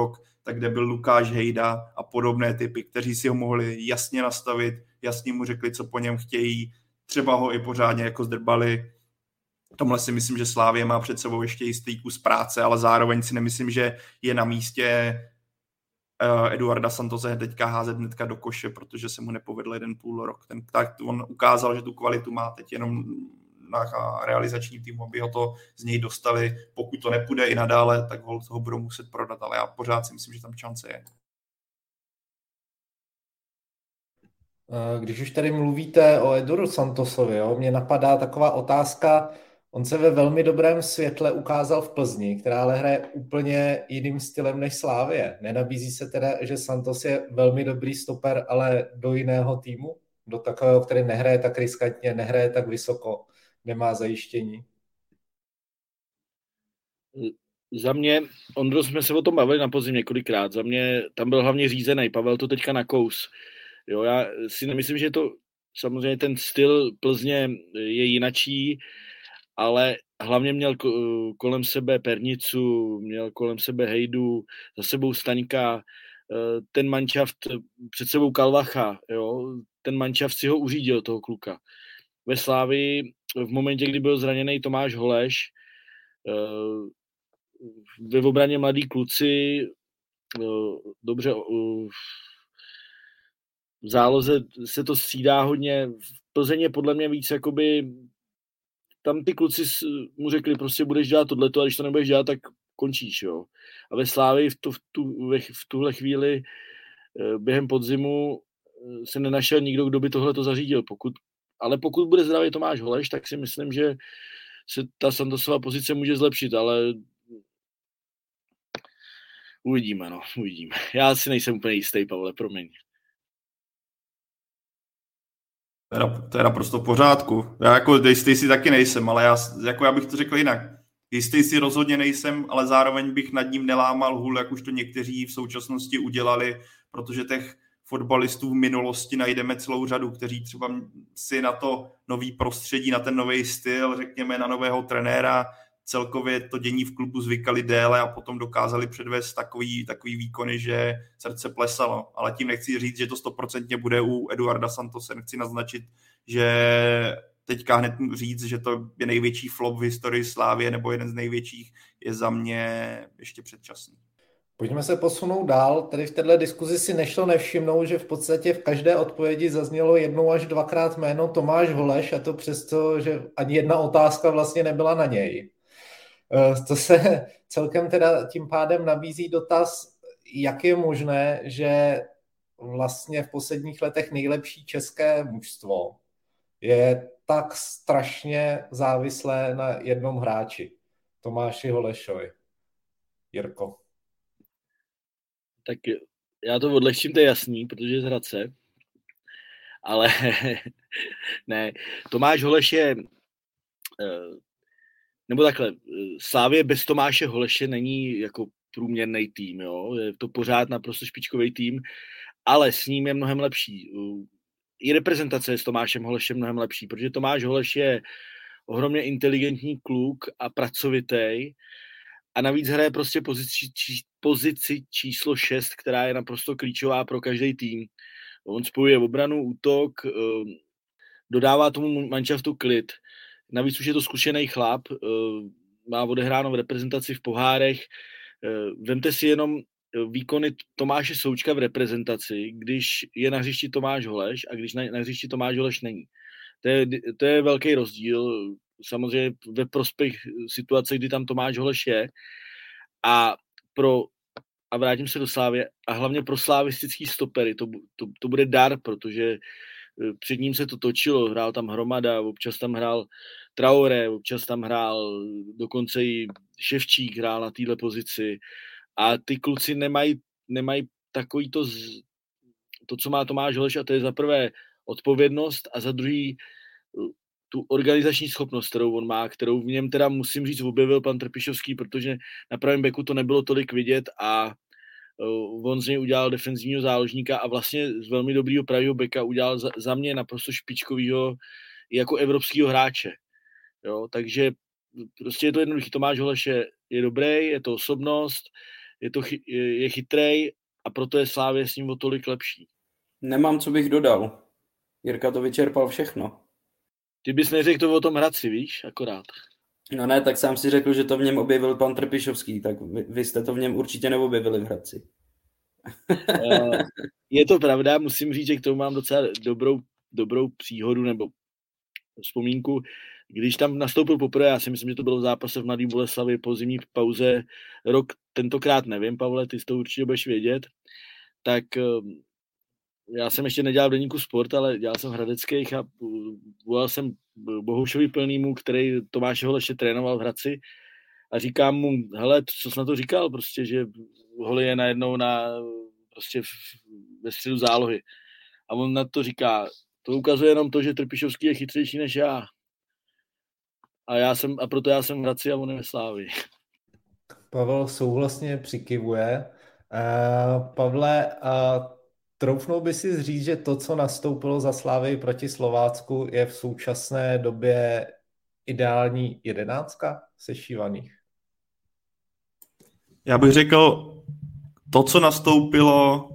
tak kde byl Lukáš Hejda a podobné typy, kteří si ho mohli jasně nastavit, jasně mu řekli, co po něm chtějí, třeba ho i pořádně jako zdrbali. Tomhle si myslím, že Slavie má před sebou ještě jistý kus práce, ale zároveň si nemyslím, že je na místě uh, Eduarda Santose teďka házet hnedka do koše, protože se mu nepovedl jeden půl rok. Ten, tak on ukázal, že tu kvalitu má teď jenom na realizační týmu, aby ho to z něj dostali. Pokud to nepůjde i nadále, tak ho, ho budou muset prodat, ale já pořád si myslím, že tam šance je. Když už tady mluvíte o Eduardu Santosovi, jo, mě napadá taková otázka. On se ve velmi dobrém světle ukázal v Plzni, která ale hraje úplně jiným stylem než Slavie. Nenabízí se teda, že Santos je velmi dobrý stoper, ale do jiného týmu? Do takového, který nehraje tak riskantně, nehraje tak vysoko, nemá zajištění? Za mě, Ondro, jsme se o tom bavili na podzim několikrát, za mě tam byl hlavně řízený, Pavel to teďka nakous. Jo, já si nemyslím, že to, samozřejmě ten styl Plzně je jinačí, ale hlavně měl kolem sebe Pernicu, měl kolem sebe Hejdu, za sebou Staňka, ten manšaft před sebou Kalvacha, jo, ten manšaft si ho uřídil, toho kluka. Ve Slávii v momentě, kdy byl zraněný Tomáš Holeš, ve obraně mladí kluci, dobře, v záloze se to střídá hodně, v Plzeň je podle mě víc jakoby, tam ty kluci mu řekli, prostě budeš dělat tohleto a když to nebudeš dělat, tak končíš, jo. A ve Slávii v, tu, v, tu, v tuhle chvíli během podzimu se nenašel nikdo, kdo by tohleto zařídil. Pokud, ale pokud bude zdravý Tomáš Holeš, tak si myslím, že se ta Santosova pozice může zlepšit, ale uvidíme, no, uvidíme. Já si nejsem úplně jistý, Pavle, promiň. To je naprosto v pořádku. Já jako jistý si taky nejsem, ale já, jako já bych to řekl jinak. Jistý si rozhodně nejsem, ale zároveň bych nad ním nelámal hůl, jak už to někteří v současnosti udělali, protože těch fotbalistů v minulosti najdeme celou řadu, kteří třeba si na to nový prostředí, na ten nový styl, řekněme na nového trenéra, celkově to dění v klubu zvykali déle a potom dokázali předvést takový, takový výkony, že srdce plesalo. Ale tím nechci říct, že to stoprocentně bude u Eduarda Santose. Nechci naznačit, že teďka hned říct, že to je největší flop v historii Slávie nebo jeden z největších, je za mě ještě předčasný. Pojďme se posunout dál. Tady v této diskuzi si nešlo nevšimnout, že v podstatě v každé odpovědi zaznělo jednou až dvakrát jméno Tomáš Holeš, a to přesto, že ani jedna otázka vlastně nebyla na něj. To se celkem teda tím pádem nabízí dotaz, jak je možné, že vlastně v posledních letech nejlepší české mužstvo je tak strašně závislé na jednom hráči, Tomáši Holešovi. Jirko. Tak já to odlehčím, to je jasný, protože je z Hradce, ale ne, Tomáš Holeš je nebo takhle, Slavie bez Tomáše Holeše není jako průměrný tým, jo? Je to pořád naprosto špičkový tým, ale s ním je mnohem lepší. I reprezentace s Tomášem Holešem mnohem lepší, protože Tomáš Holeš je ohromně inteligentní kluk a pracovitý a navíc hraje prostě pozici, či, pozici číslo šest, která je naprosto klíčová pro každý tým. On spojuje obranu, útok, dodává tomu manšaftu klid. Navíc už je to zkušený chlap, má odehráno v reprezentaci v pohárech. Vemte si jenom výkony Tomáše Součka v reprezentaci, když je na hřišti Tomáš Holeš a když na, na hřišti Tomáš Holeš není. To je, to je velký rozdíl, samozřejmě ve prospěch situace, kdy tam Tomáš Holeš je. A, pro, a vrátím se do Slávie, a hlavně pro slavistický stopery to, to, to bude dar, protože před ním se to točilo, hrál tam Hromada, občas tam hrál Traoré, občas tam hrál dokonce i Ševčík hrál na téhle pozici a ty kluci nemají, nemají takový to, to, co má Tomáš Holeš, a to je za prvé odpovědnost a za druhý tu organizační schopnost, kterou on má, kterou v něm teda musím říct objevil pan Trpišovský, protože na pravém beku to nebylo tolik vidět a on z něj udělal defenzivního záložníka a vlastně z velmi dobrýho pravého beka udělal za, za mě naprosto špičkovýho jako evropského hráče. Jo, takže prostě je to jednoduchý. Tomáš Holeš je, je dobrý, je to osobnost, je, to chy, je, je chytrej a proto je Slavia s ním o tolik lepší. Nemám, co bych dodal. Jirka to vyčerpal všechno. Ty bys neřekl to o tom Hradci, víš, akorát. No ne, tak sám si řekl, že to v něm objevil pan Trpišovský, tak vy, vy jste to v něm určitě neobjevili v Hradci. Je to pravda, musím říct, že k tomu mám docela dobrou, dobrou příhodu nebo vzpomínku. Když tam nastoupil poprvé, já si myslím, že to bylo v zápase v Mladý Boleslavi po zimní pauze, rok tentokrát nevím, Pavle, ty to určitě budeš vědět, tak já jsem ještě nedělal v deníku Sport, ale dělal jsem v Hradeckých a volal jsem Bohušovi Plnýmu, který Tomáš Hol ještě trénoval v Hradci a říkám mu, hele, co jsi na to říkal, prostě, že Hol je najednou na, prostě v, ve středu zálohy. A on na to říká, to ukazuje jenom to, že Trpišovský je chytřejší než já. A, já jsem, a proto já jsem v Hradci a on je ve Slávii. Pavel souhlasně přikivuje. Uh, Pavle, uh, troufnul by si říct, že to, co nastoupilo za Slávii proti Slovácku, je v současné době ideální jedenáctka sešívaných? Já bych řekl, to, co nastoupilo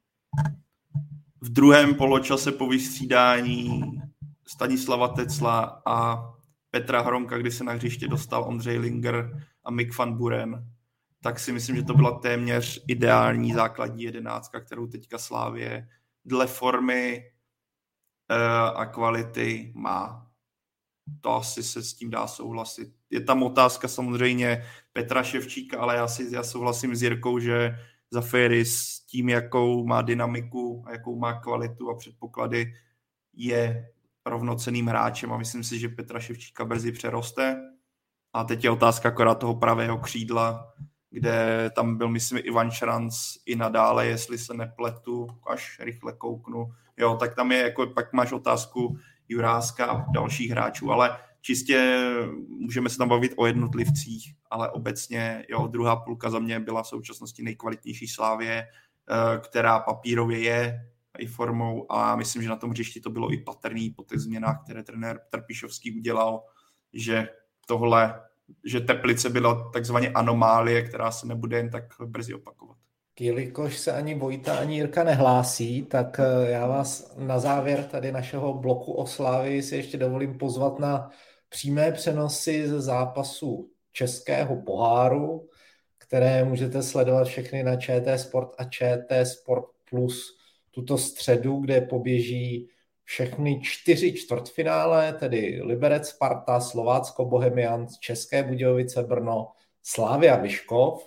v druhém poločase po vystřídání Stanislava Tecla a Petra Hronka, kdy se na hřiště dostal Ondřej Linger a Mick van Buren, tak si myslím, že to byla téměř ideální základní jedenáctka, kterou teďka Slavie dle formy uh, a kvality má. To asi se s tím dá souhlasit. Je tam otázka samozřejmě Petra Ševčíka, ale já, si, já souhlasím s Jirkou, že Zafiri s tím, jakou má dynamiku a jakou má kvalitu a předpoklady, je rovnocenným hráčem a myslím si, že Petra Ševčíka brzy přeroste. A teď je otázka akorát toho pravého křídla, kde tam byl, myslím, Ivan Šranc i nadále, jestli se nepletu, až rychle kouknu. Jo, tak tam je, jako pak máš otázku Juráska a dalších hráčů, ale čistě můžeme se tam bavit o jednotlivcích, ale obecně, jo, druhá půlka za mě byla v současnosti nejkvalitnější Slavie, která papírově je i formou a myslím, že na tom hřišti to bylo i patrný po těch změnách, které trenér Trpišovský udělal, že tohle, že Teplice byla takzvaně anomálie, která se nebude jen tak brzy opakovat. Jelikož se ani Vojta, ani Jirka nehlásí, tak já vás na závěr tady našeho bloku o Slavii si ještě dovolím pozvat na přímé přenosy ze zápasu Českého poháru, které můžete sledovat všechny na ČT Sport a ČT Sport Plus tuto středu, kde poběží všechny čtyři čtvrtfinále, tedy Liberec, Sparta, Slovácko, Bohemians, České Budějovice, Brno, Slavia, Vyškov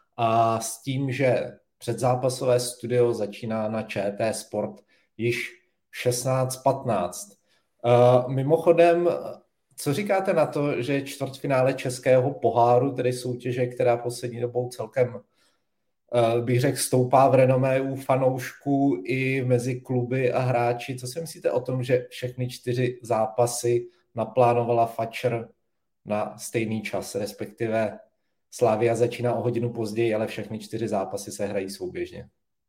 a s tím, že předzápasové studio začíná na ČT Sport již šestnáct patnáct. Uh, mimochodem, co říkáte na to, že čtvrtfinále Českého poháru, tedy soutěže, která poslední dobou celkem bych řekl, stoupá v renomé u fanoušků i mezi kluby a hráči. Co si myslíte o tom, že všechny čtyři zápasy naplánovala Fatcher na stejný čas, respektive Slavia začíná o hodinu později, ale všechny čtyři zápasy se hrají souběžně?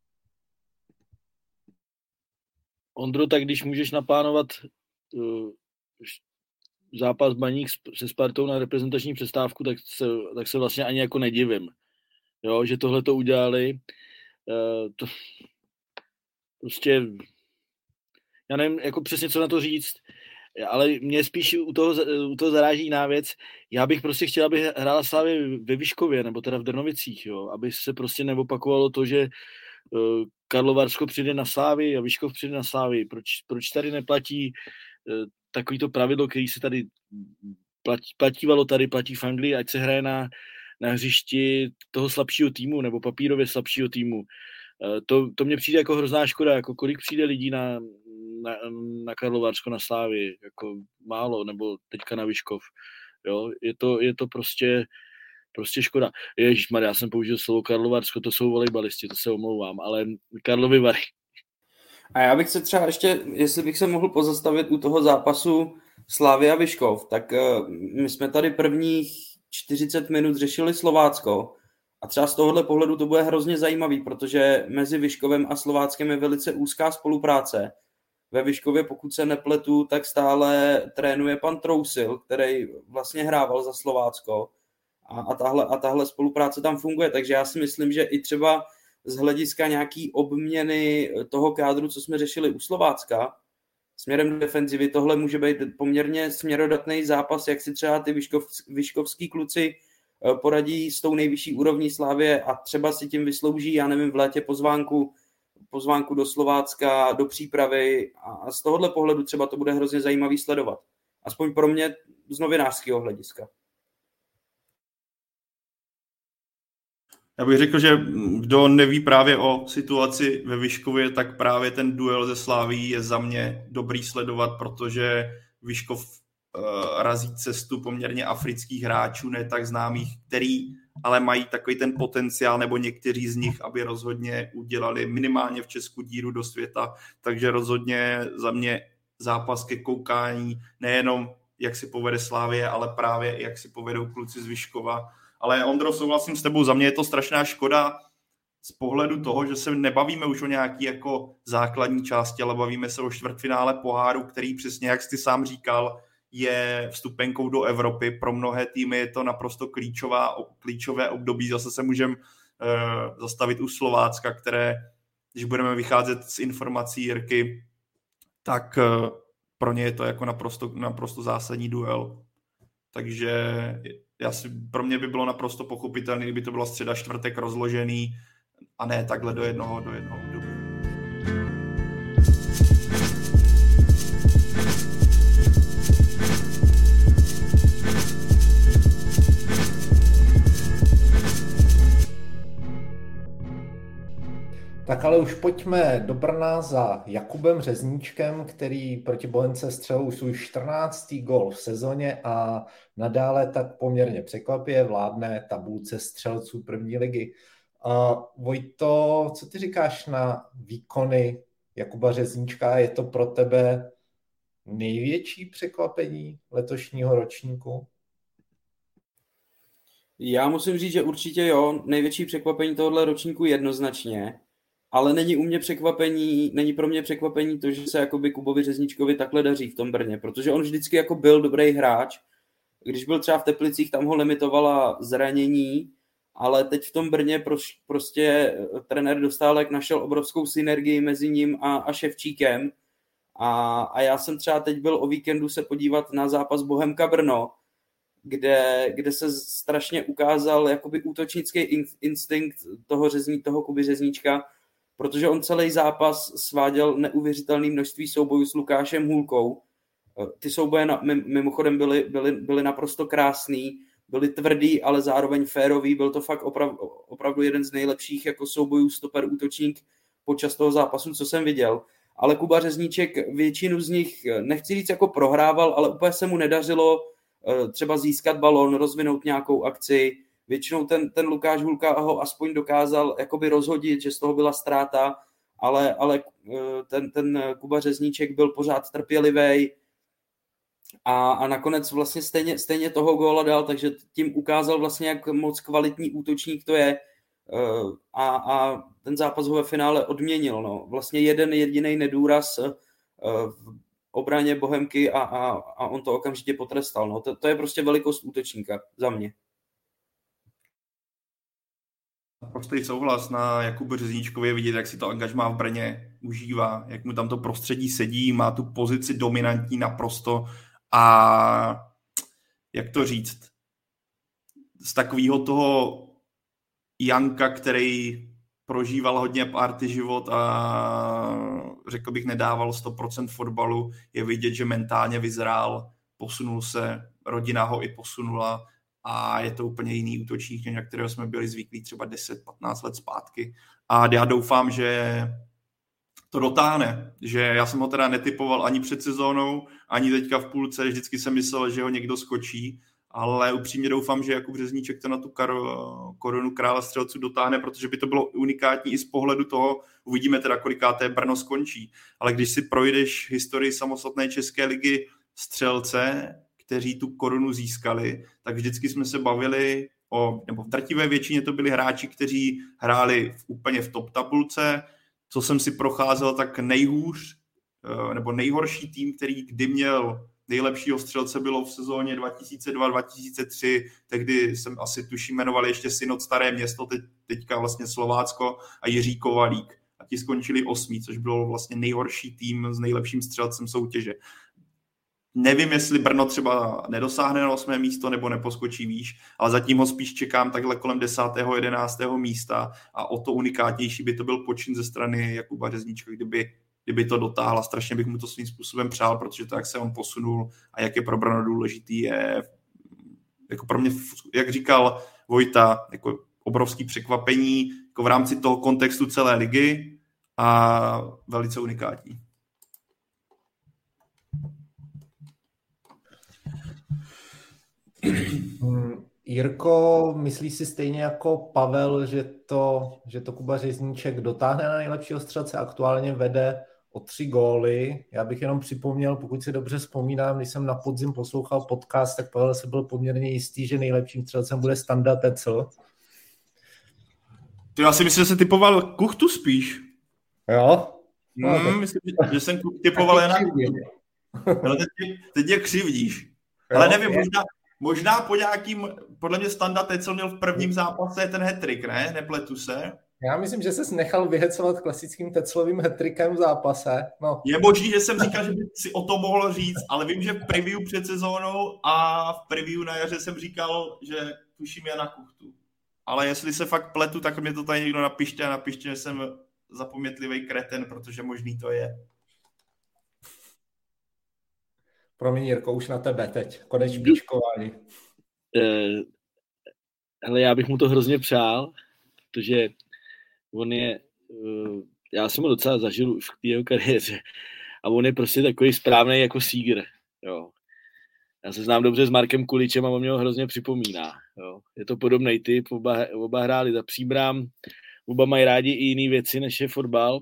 Ondro, tak když můžeš naplánovat uh, zápas Baník se Spartou na reprezentační přestávku, tak se, tak se vlastně ani jako nedivím. Jo, že tohle to udělali, uh, to prostě, já nevím, jako přesně co na to říct, ale mě spíš u toho, u toho zaráží jiná věc. Já bych prostě chtěl, aby hrála Slavia ve Vyškově, nebo teda v Drnovicích, jo, aby se prostě neopakovalo to, že uh, Karlovarsko přijde na Slavii a Vyškov přijde na Slavii. Proč, proč tady neplatí uh, takovýto pravidlo, který se tady platí, platívalo tady, platí v Anglii, ať se hraje na na hřišti toho slabšího týmu nebo papírově slabšího týmu. To, to mně přijde jako hrozná škoda, jako kolik přijde lidí na, na, na Karlovarsko, na Slávii, jako málo, nebo teďka na Vyškov. Jo? Je, to, je to prostě, prostě škoda. Ježišmarja, já jsem použil slovo Karlovarsko, to jsou volejbalisti, to se omlouvám, ale Karlovy Vary. A já bych se třeba ještě, jestli bych se mohl pozastavit u toho zápasu Slavia Vyškov, tak uh, my jsme tady prvních čtyřicet minut řešili Slovácko a třeba z tohohle pohledu to bude hrozně zajímavý, protože mezi Vyškovem a Slováckem je velice úzká spolupráce. Ve Vyškově, pokud se nepletu, tak stále trénuje pan Trousil, který vlastně hrával za Slovácko a, a, tahle, a tahle spolupráce tam funguje, takže já si myslím, že i třeba z hlediska nějaký obměny toho kádru, co jsme řešili u Slovácka, směrem do defenzivy, tohle může být poměrně směrodatný zápas, jak si třeba ty vyškov, vyškovský kluci poradí s tou nejvyšší úrovní Slávie a třeba si tím vyslouží, já nevím, v létě pozvánku, pozvánku do Slovácka, do přípravy a z tohohle pohledu třeba to bude hrozně zajímavý sledovat. Aspoň pro mě z novinářského hlediska. Já bych řekl, že kdo neví právě o situaci ve Vyškově, tak právě ten duel ze Sláví je za mě dobrý sledovat, protože Vyškov uh, razí cestu poměrně afrických hráčů, ne tak známých, který ale mají takový ten potenciál, nebo někteří z nich, aby rozhodně udělali minimálně v Česku díru do světa, takže rozhodně za mě zápas ke koukání, nejenom jak si povede Slávie, ale právě jak si povedou kluci z Vyškova. Ale Ondro, souhlasím s tebou, za mě je to strašná škoda z pohledu toho, že se nebavíme už o nějaký jako základní části, ale bavíme se o čtvrtfinále poháru, který přesně, jak jsi sám říkal, je vstupenkou do Evropy. Pro mnohé týmy je to naprosto klíčová, klíčové období. Zase se můžeme uh, zastavit u Slovácka, které, když budeme vycházet z informací Jirky, tak uh, pro ně je to jako naprosto, naprosto zásadní duel. Takže já si, pro mě by bylo naprosto pochopitelné, kdyby to bylo středa, čtvrtek rozložený a ne takhle do jednoho, do jednoho období. Tak ale už pojďme do Brna za Jakubem Řezníčkem, který proti Bohemce střelil svůj čtrnáctý gól v sezóně a nadále tak poměrně překvapivě vládne tabulce střelců první ligy. Uh, Vojto, co ty říkáš na výkony Jakuba Řezníčka? Je to pro tebe největší překvapení letošního ročníku? Já musím říct, že určitě jo. Největší překvapení tohohle ročníku jednoznačně. Ale není u mě překvapení, není pro mě překvapení to, že se jakoby Kubovi Řezníčkovi takhle daří v tom Brně, protože on vždycky jako byl dobrý hráč. Když byl třeba v Teplicích, tam ho limitovala zranění, ale teď v tom Brně prostě trenér Dostálek našel obrovskou synergii mezi ním a, a Ševčíkem. A, a já jsem třeba teď byl o víkendu se podívat na zápas Bohemka Brno, kde, kde se strašně ukázal jakoby útočnický instinkt toho, řezní, toho Kuby Řezníčka, protože on celý zápas sváděl neuvěřitelné množství soubojů s Lukášem Hůlkou. Ty souboje na, mimochodem byly, byly, byly naprosto krásný, byly tvrdý, ale zároveň férový. Byl to fakt oprav, opravdu jeden z nejlepších jako soubojů stoper útočník počas toho zápasu, co jsem viděl. Ale Kuba Řezníček většinu z nich, nechci říct jako prohrával, ale úplně se mu nedařilo třeba získat balón, rozvinout nějakou akci. Většinou ten, ten Lukáš Hůlka ho aspoň dokázal jakoby rozhodit, že z toho byla ztráta, ale, ale ten, ten Kuba Řezníček byl pořád trpělivý a, a nakonec vlastně stejně, stejně toho góla dal, takže tím ukázal vlastně, jak moc kvalitní útočník to je a, a ten zápas ho ve finále odměnil. No. Vlastně jeden jediný nedůraz v obraně Bohemky a, a, a on to okamžitě potrestal. No. To, to je prostě velikost útočníka za mě. Prostý souhlas na Jakubu Řezníčkovi, vidět, jak si to angažmá v Brně užívá, jak mu tam to prostředí sedí, má tu pozici dominantní naprosto a jak to říct, z takového toho Janka, který prožíval hodně party život a řekl bych nedával sto procent fotbalu, je vidět, že mentálně vyzrál, posunul se, rodina ho i posunula a je to úplně jiný útočník, na kterého jsme byli zvyklí třeba deset patnáct let zpátky. A já doufám, že to dotáhne, že já jsem ho teda netypoval ani před sezónou, ani teďka v půlce, vždycky jsem myslel, že ho někdo skočí, ale upřímně doufám, že Jakub Řezníček to na tu kar- korunu krále střelců dotáhne, protože by to bylo unikátní i z pohledu toho, uvidíme teda, kolikáté Brno skončí, ale když si projdeš historii samostatné České ligy střelce, kteří tu korunu získali, tak vždycky jsme se bavili o, nebo v drtivé většině to byli hráči, kteří hráli v, úplně v top tabulce. Co jsem si procházel, tak nejhůř nebo nejhorší tým, který kdy měl nejlepšího střelce bylo v sezóně dva tisíce dva dva tisíce tři, tehdy jsem asi tuším jmenovali ještě Synod Staré Město, teď, teďka vlastně Slovácko a Jiří Kovalík. A ti skončili osmí, což bylo vlastně nejhorší tým s nejlepším střelcem soutěže. Nevím, jestli Brno třeba nedosáhne na osmé místo nebo neposkočí výš, ale zatím ho spíš čekám takhle kolem desátého jedenáctého místa a o to unikátnější by to byl počin ze strany Jakuba Řezníčka, kdyby, kdyby to dotáhl a strašně bych mu to svým způsobem přál, protože to, jak se on posunul a jak je pro Brno důležitý, je jako pro mě, jak říkal Vojta, jako obrovský překvapení jako v rámci toho kontextu celé ligy a velice unikátní. Jirko, myslíš si stejně jako Pavel, že to, že to Kuba Řezníček dotáhne na nejlepšího střelce, aktuálně vede o tři góly. Já bych jenom připomněl, pokud si dobře vzpomínám, když jsem na podzim poslouchal podcast, tak Pavel se byl poměrně jistý, že nejlepším střelcem bude Standa Tecl. Ty, já si myslím, že se typoval Kuchtu spíš. Jo? No, hmm, tak... myslím, že jsem typoval jen na no, teď, teď je křivdíš. Jo, ale nevím, možná, možná po nějakým, podle mě Standa Tecl měl v prvním zápase ten hat-trick, ne? Nepletu se. Já myslím, že ses nechal vyhecovat klasickým Teclovým hat-trickem v zápase. No. Je možný, že jsem říkal, že by si o to mohl říct, ale vím, že v preview před sezónou a v preview na jaře jsem říkal, že tuším Jana Kuchtu. Ale jestli se fakt pletu, tak mě to tady někdo napište a napište, že jsem zapomnětlivý kreten, protože možný to je. Promiň, Jirko, už na tebe teď. Konec špičkování. Uh, hele, já bych mu to hrozně přál, protože on je, uh, já jsem ho docela zažil už v té jeho kariéře a on je prostě takový správný jako Seager, jo. Já se znám dobře s Markem Kuličem a on mě ho hrozně připomíná, jo. Je to podobný typ, oba, oba hráli za Příbram, oba mají rádi i jiné věci, než je fotbal,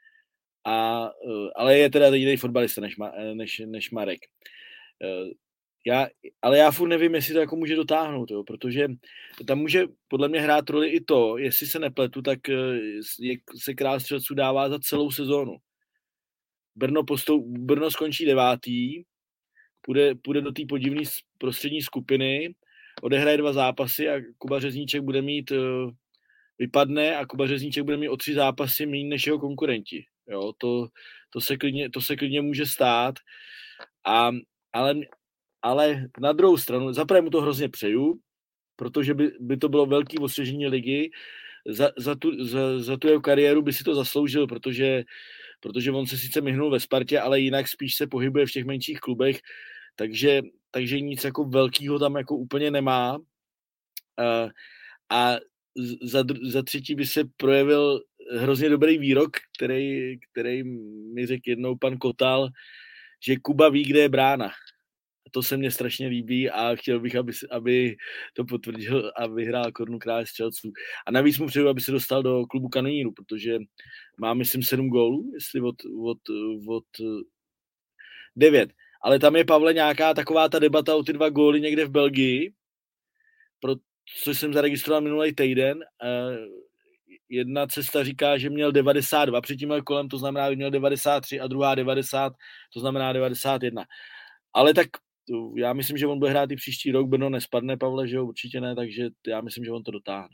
a, uh, ale je teda jiný fotbalista než, než, než Marek. Uh, Já, ale já furt nevím, jestli to jako může dotáhnout, jo, protože tam může podle mě hrát roli i to, jestli se nepletu, tak je, se král střelců dává za celou sezónu. Brno, postou, Brno skončí devátý, půjde, půjde do té podivné prostřední skupiny, odehraje dva zápasy a Kuba Řezníček bude mít, vypadne a Kuba Řezníček bude mít o tři zápasy méně než jeho konkurenti. Jo, to, to, se klidně, to se klidně může stát, a, ale Ale na druhou stranu, zaprvé mu to hrozně přeju, protože by, by to bylo velký osvěžení ligy. Za, za, tu, za, za tu jeho kariéru by si to zasloužil, protože, protože on se sice myhnul ve Spartě, ale jinak spíš se pohybuje v těch menších klubech, takže, takže nic jako velkýho tam jako úplně nemá. A, a za, za třetí by se projevil hrozně dobrý výrok, který, který mi řekl jednou pan Kotal, že Kuba ví, kde je brána. To se mně strašně líbí a chtěl bych, aby, aby to potvrdil a vyhrál korunu krále střelců. A navíc mu přeju, aby se dostal do klubu kanonírů, protože má, myslím, sedm gólů, jestli od, od, od devět. Ale tam je, Pavle, nějaká taková ta debata o ty dva góly někde v Belgii, pro, což jsem zaregistroval minulý týden. Jedna cesta říká, že měl devadesát dva před tímhle kolem, to znamená, že měl devadesát tři a druhá devadesát, to znamená devadesát jedna. Ale tak já myslím, že on bude hrát i příští rok, Brno nespadne, Pavle, že jo, určitě ne, takže já myslím, že on to dotáhne.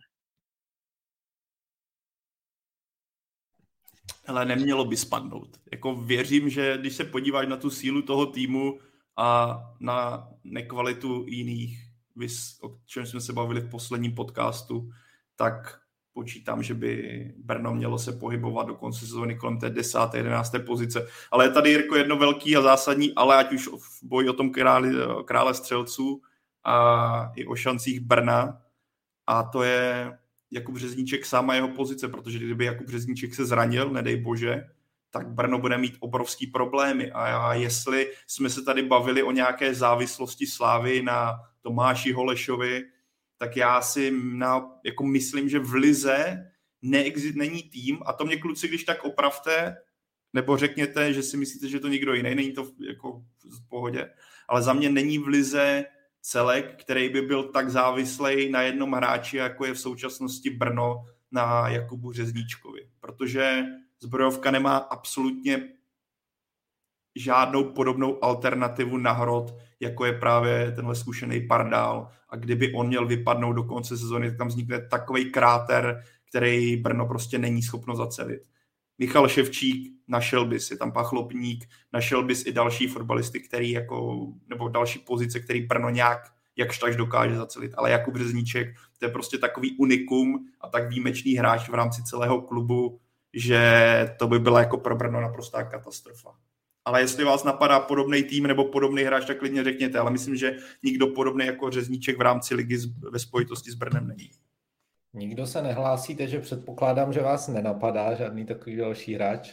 Ale nemělo by spadnout. Jako věřím, že když se podíváš na tu sílu toho týmu a na nekvalitu jiných, o čem jsme se bavili v posledním podcastu, tak počítám, že by Brno mělo se pohybovat do konce sezóny kolem té desáté, jedenácté pozice. Ale je tady, Jirko, jedno velký a zásadní, ale ať už v boji o tom králi, krále střelců a i o šancích Brna, a to je Jakub Řezníček sám a jeho pozice, protože kdyby Jakub Řezníček se zranil, nedej bože, tak Brno bude mít obrovský problémy. A jestli jsme se tady bavili o nějaké závislosti Slávy na Tomáši Holešovi, tak já si na, jako myslím, že v lize neexist, není tým, a to mě, kluci, když tak opravte, nebo řekněte, že si myslíte, že to někdo jiný, není to jako v pohodě, ale za mě není v lize celek, který by byl tak závislej na jednom hráči, jako je v současnosti Brno na Jakubu Řezníčkovi, protože Zbrojovka nemá absolutně žádnou podobnou alternativu na Hrot, jako je právě tenhle zkušený Pardál. A kdyby on měl vypadnout do konce sezóny, tak tam vznikne takový kráter, který Brno prostě není schopno zacelit. Michal Ševčík, našel bys, je tam Pachlopník, našel bys i další fotbalisty, který jako, nebo další pozice, který Brno nějak jakž tak dokáže zacelit. Ale Jakub Řezníček, to je prostě takový unikum a tak výjimečný hráč v rámci celého klubu, že to by byla jako pro Brno naprostá katastrofa. Ale jestli vás napadá podobný tým nebo podobný hráč, tak klidně řekněte, ale myslím, že nikdo podobný jako Řezníček v rámci ligy ve spojitosti s Brnem není. Nikdo se nehlásí, takže předpokládám, že vás nenapadá žádný takový další hráč.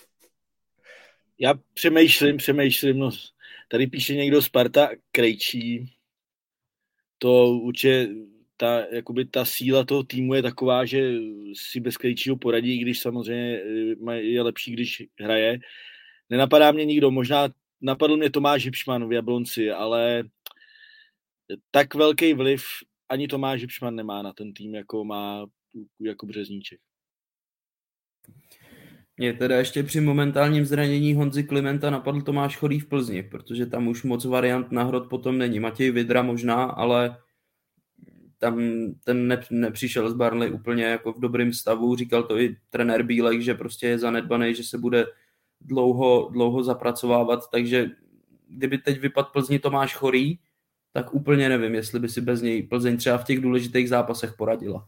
Já přemýšlím, přemýšlím, no, tady píše někdo Sparta Krejčí. To určitě ta, jakoby ta síla toho týmu je taková, že si bez Krejčího poradí, i když samozřejmě je lepší, když hraje. Nenapadá mě nikdo, možná napadl mě Tomáš Hipšman v Jablonci, ale tak velký vliv ani Tomáš Hipšman nemá na ten tým, jako má jako Řezníček. Mě teda ještě při momentálním zranění Honzy Klimenta napadl Tomáš Chorý v Plzni, protože tam už moc variant na Hrot potom není. Matěj Vidra možná, ale tam ten ne, nepřišel z Burnley úplně jako v dobrém stavu. Říkal to i trenér Bílek, že prostě je zanedbaný, že se bude dlouho, dlouho zapracovávat, takže kdyby teď vypadl Plzni Tomáš Chorý, tak úplně nevím, jestli by si bez něj Plzeň třeba v těch důležitých zápasech poradila.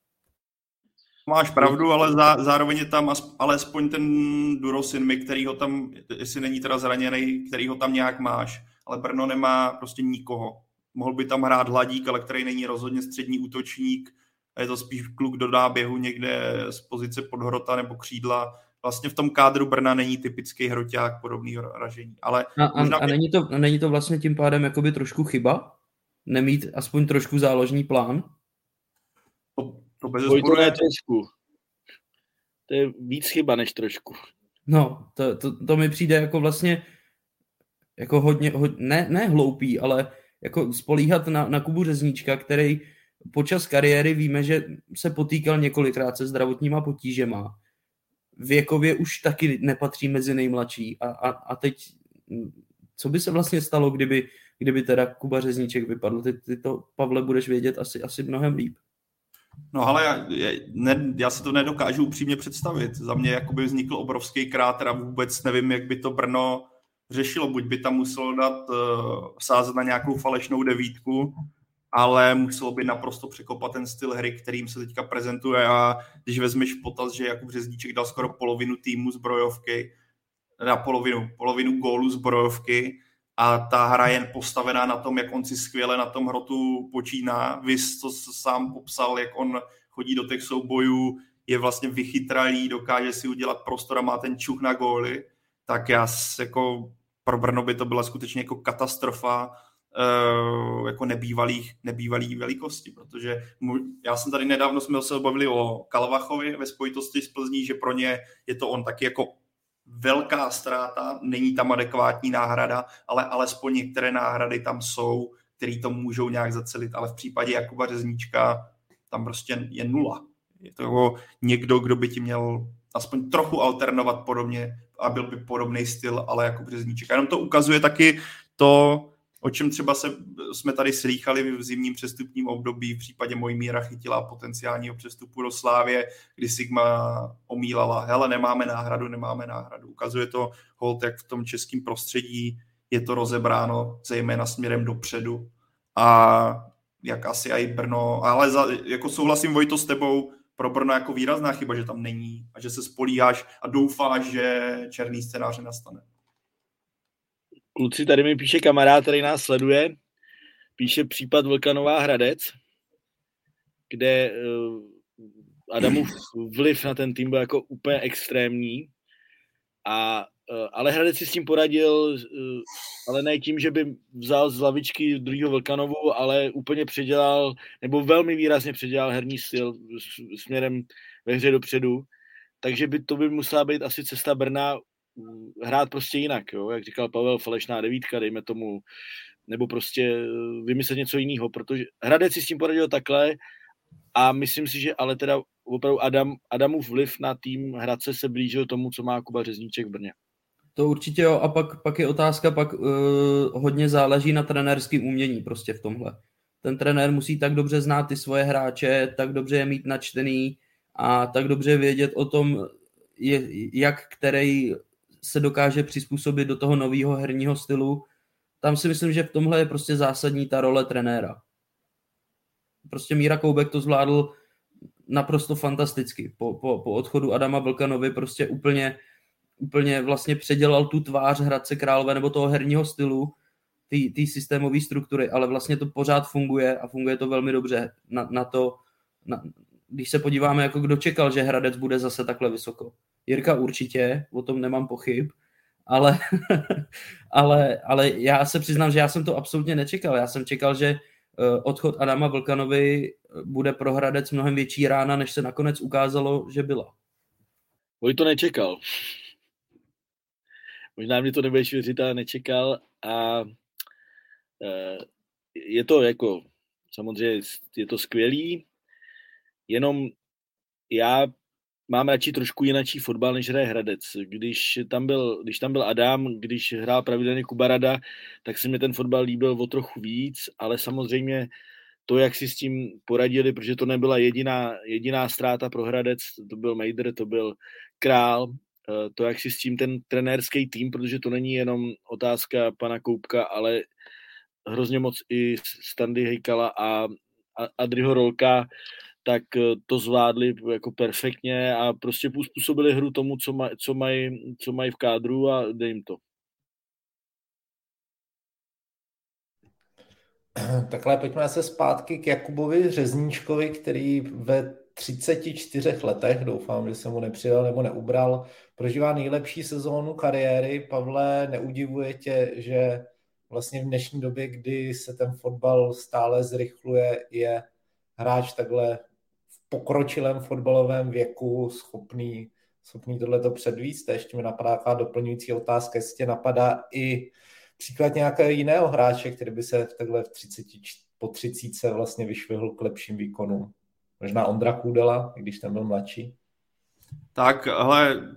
Máš pravdu, ale zá, zároveň je tam as, alespoň ten Durosinmi, který ho tam, jestli není teda zraněný, který ho tam nějak máš, ale Brno nemá prostě nikoho. Mohl by tam hrát Hladík, ale který není rozhodně střední útočník, a je to spíš kluk do náběhu někde z pozice podhrota nebo křídla. Vlastně v tom kádru Brna není typický hroťák podobného ražení. Ale a, a, možná... a není, to, není to vlastně tím pádem jakoby trošku chyba? Nemít aspoň trošku záložní plán? To, to bez to je trošku. To je víc chyba než trošku. No, to, to, to mi přijde jako vlastně jako hodně, hodně ne, ne hloupý, ale jako spolíhat na, na Kubu Řezníčka, který počas kariéry víme, že se potýkal několikrát se zdravotníma potížema. Věkově už taky nepatří mezi nejmladší. A, a, a teď, co by se vlastně stalo, kdyby, kdyby teda Kuba Řezníček vypadl? Ty, ty to, Pavle, budeš vědět asi, asi mnohem líp. No ale já, ne, já si to nedokážu upřímně představit. Za mě jakoby vznikl obrovský kráter a vůbec nevím, jak by to Brno řešilo. Buď by tam muselo dát uh, sázet na nějakou falešnou devítku, ale muselo by naprosto překopat ten styl hry, kterým se teďka prezentuje, a když vezmeš v potaz, že Jakub Řezníček dal skoro polovinu týmu zbrojovky, na polovinu, polovinu gólu zbrojovky, a ta hra je postavená na tom, jak on si skvěle na tom Hrotu počíná. Vys, co sám popsal, jak on chodí do těch soubojů, je vlastně vychytralý, dokáže si udělat prostor a má ten čuch na góly, tak já jako pro Brno by to byla skutečně jako katastrofa, Uh, jako nebývalých, nebývalý velikosti, protože můj, já jsem tady nedávno jsme se bavili o Kalvachovi ve spojitosti s Plzní, že pro ně je to on taky jako velká ztráta, není tam adekvátní náhrada, ale alespoň některé náhrady tam jsou, které to můžou nějak zacelit, ale v případě Jakuba Řezníčka tam prostě je nula. Je to někdo, kdo by ti měl aspoň trochu alternovat podobně a byl by podobný styl, ale Jakub Řezníček. A jenom to ukazuje taky to, o čem třeba se, jsme tady slýchali v zimním přestupním období v případě Mojmíra Chytila potenciálního přestupu do Slávie, kdy Sigma omílala, hele, nemáme náhradu, nemáme náhradu. Ukazuje to holt, jak v tom českém prostředí je to rozebráno, zejména směrem dopředu. A jak asi i Brno, ale za, jako souhlasím, Vojto, s tebou, pro Brno jako výrazná chyba, že tam není a že se spolíháš a doufáš, že černý scénář nastane. Kluci, tady mi píše kamarád, který nás sleduje, píše případ Vlkanová Hradec, kde uh, Adamův vliv na ten tým byl jako úplně extrémní, a, uh, ale Hradec si s tím poradil, uh, ale ne tím, že by vzal z lavičky druhého Vlkanovu, ale úplně předělal, nebo velmi výrazně předělal herní styl směrem ve hře dopředu, takže by to by musela být asi cesta Brna hrát prostě jinak, jo? Jak říkal Pavel, falešná devítka, dejme tomu, nebo prostě vymyslet něco jiného, protože Hradec si s tím poradil takhle a myslím si, že ale teda opravdu Adam, Adamův vliv na tým Hradce se blížil tomu, co má Kuba Řezníček v Brně. To určitě jo, a pak, pak je otázka, pak uh, hodně záleží na trenérském umění prostě v tomhle. Ten trenér musí tak dobře znát ty svoje hráče, tak dobře je mít načtený a tak dobře vědět o tom, je, jak který se dokáže přizpůsobit do toho nového herního stylu. Tam si myslím, že v tomhle je prostě zásadní ta role trenéra. Prostě Míra Koubek to zvládl naprosto fantasticky. Po, po, po odchodu Adama Vlkanovi prostě úplně, úplně vlastně předělal tu tvář Hradce Králové nebo toho herního stylu, ty systémové struktury, ale vlastně to pořád funguje a funguje to velmi dobře. Na, na to, na, když se podíváme, jako kdo čekal, že Hradec bude zase takhle vysoko. Jirka určitě, o tom nemám pochyb, ale, ale, ale já se přiznám, že já jsem to absolutně nečekal. Já jsem čekal, že odchod Adama Vlkanovi bude pro Hradec mnohem větší rána, než se nakonec ukázalo, že byla. Voj to nečekal. Možná mě to nebudeš věřit, ale nečekal a je to jako, samozřejmě je to skvělý, jenom já mám radši trošku jinačí fotbal, než hraje Hradec. Když tam byl, když tam byl Adam, když hrál pravidelně Kuba Rada, tak se mi ten fotbal líbil o trochu víc, ale samozřejmě to, jak si s tím poradili, protože to nebyla jediná, jediná ztráta pro Hradec, to byl Mejdr, to byl Král, to, jak si s tím ten trenérský tým, protože to není jenom otázka pana Koubka, ale hrozně moc i Standy Hejkala a Adriho Rolka, tak to zvládli jako perfektně a prostě způsobili hru tomu, co, maj, co, mají, co mají v kádru a dej jim to. Takhle pojďme se zpátky k Jakubovi Řezníčkovi, který ve třiceti čtyřech letech, doufám, že se mu nepřidal nebo neubral, prožívá nejlepší sezónu kariéry. Pavle, neudivuje tě, že vlastně v dnešní době, kdy se ten fotbal stále zrychluje, je hráč takhle v pokročilém fotbalovém věku schopný, schopný tohleto předvíst? Ještě mi napadá taková doplňující otázka, jestli tě napadá i příklad nějakého jiného hráče, který by se takhle v třiceti, po třicítce vlastně vyšvihl k lepším výkonům. Možná Ondra Kůdela, když ten byl mladší. Tak, ale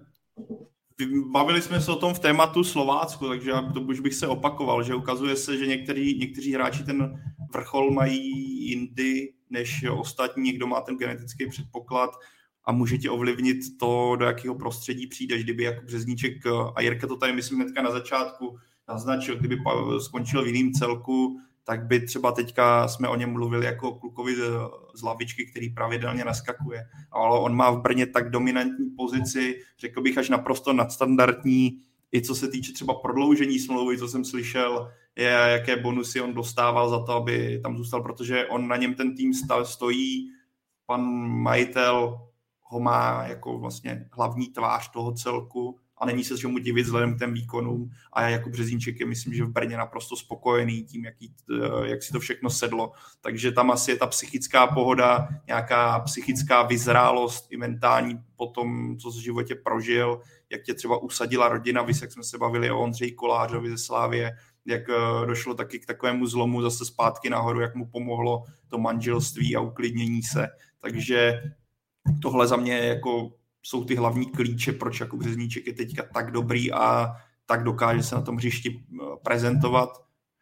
bavili jsme se o tom v tématu Slovácku, takže to už bych se opakoval, že ukazuje se, že některý, někteří hráči ten vrchol mají jindy než ostatní, někdo má ten genetický předpoklad a může tě ovlivnit to, do jakého prostředí přijdeš. Kdyby jako Řezníček, a Jirka to tady myslím hnedka na začátku naznačil, kdyby skončil v jiném celku, tak by třeba teďka jsme o něm mluvili jako klukovi z lavičky, který pravidelně naskakuje. Ale on má v Brně tak dominantní pozici, řekl bych až naprosto nadstandardní, i co se týče třeba prodloužení smlouvy, co jsem slyšel, je, jaké bonusy on dostával za to, aby tam zůstal, protože on na něm ten tým stojí, pan majitel ho má jako vlastně hlavní tvář toho celku a není se čemu divit vzhledem k těm výkonům a já jako Březínček je myslím, že v Brně naprosto spokojený tím, jaký, jak si to všechno sedlo. Takže tam asi je ta psychická pohoda, nějaká psychická vyzrálost i mentální po tom, co v životě prožil, jak tě třeba usadila rodina, vys, jak jsme se bavili o Ondřeji Kolářovi ze Slávie, jak došlo taky k takovému zlomu zase zpátky nahoru, jak mu pomohlo to manželství a uklidnění se. Takže tohle za mě jako jsou ty hlavní klíče, proč jako Březníček je teďka tak dobrý a tak dokáže se na tom hřišti prezentovat.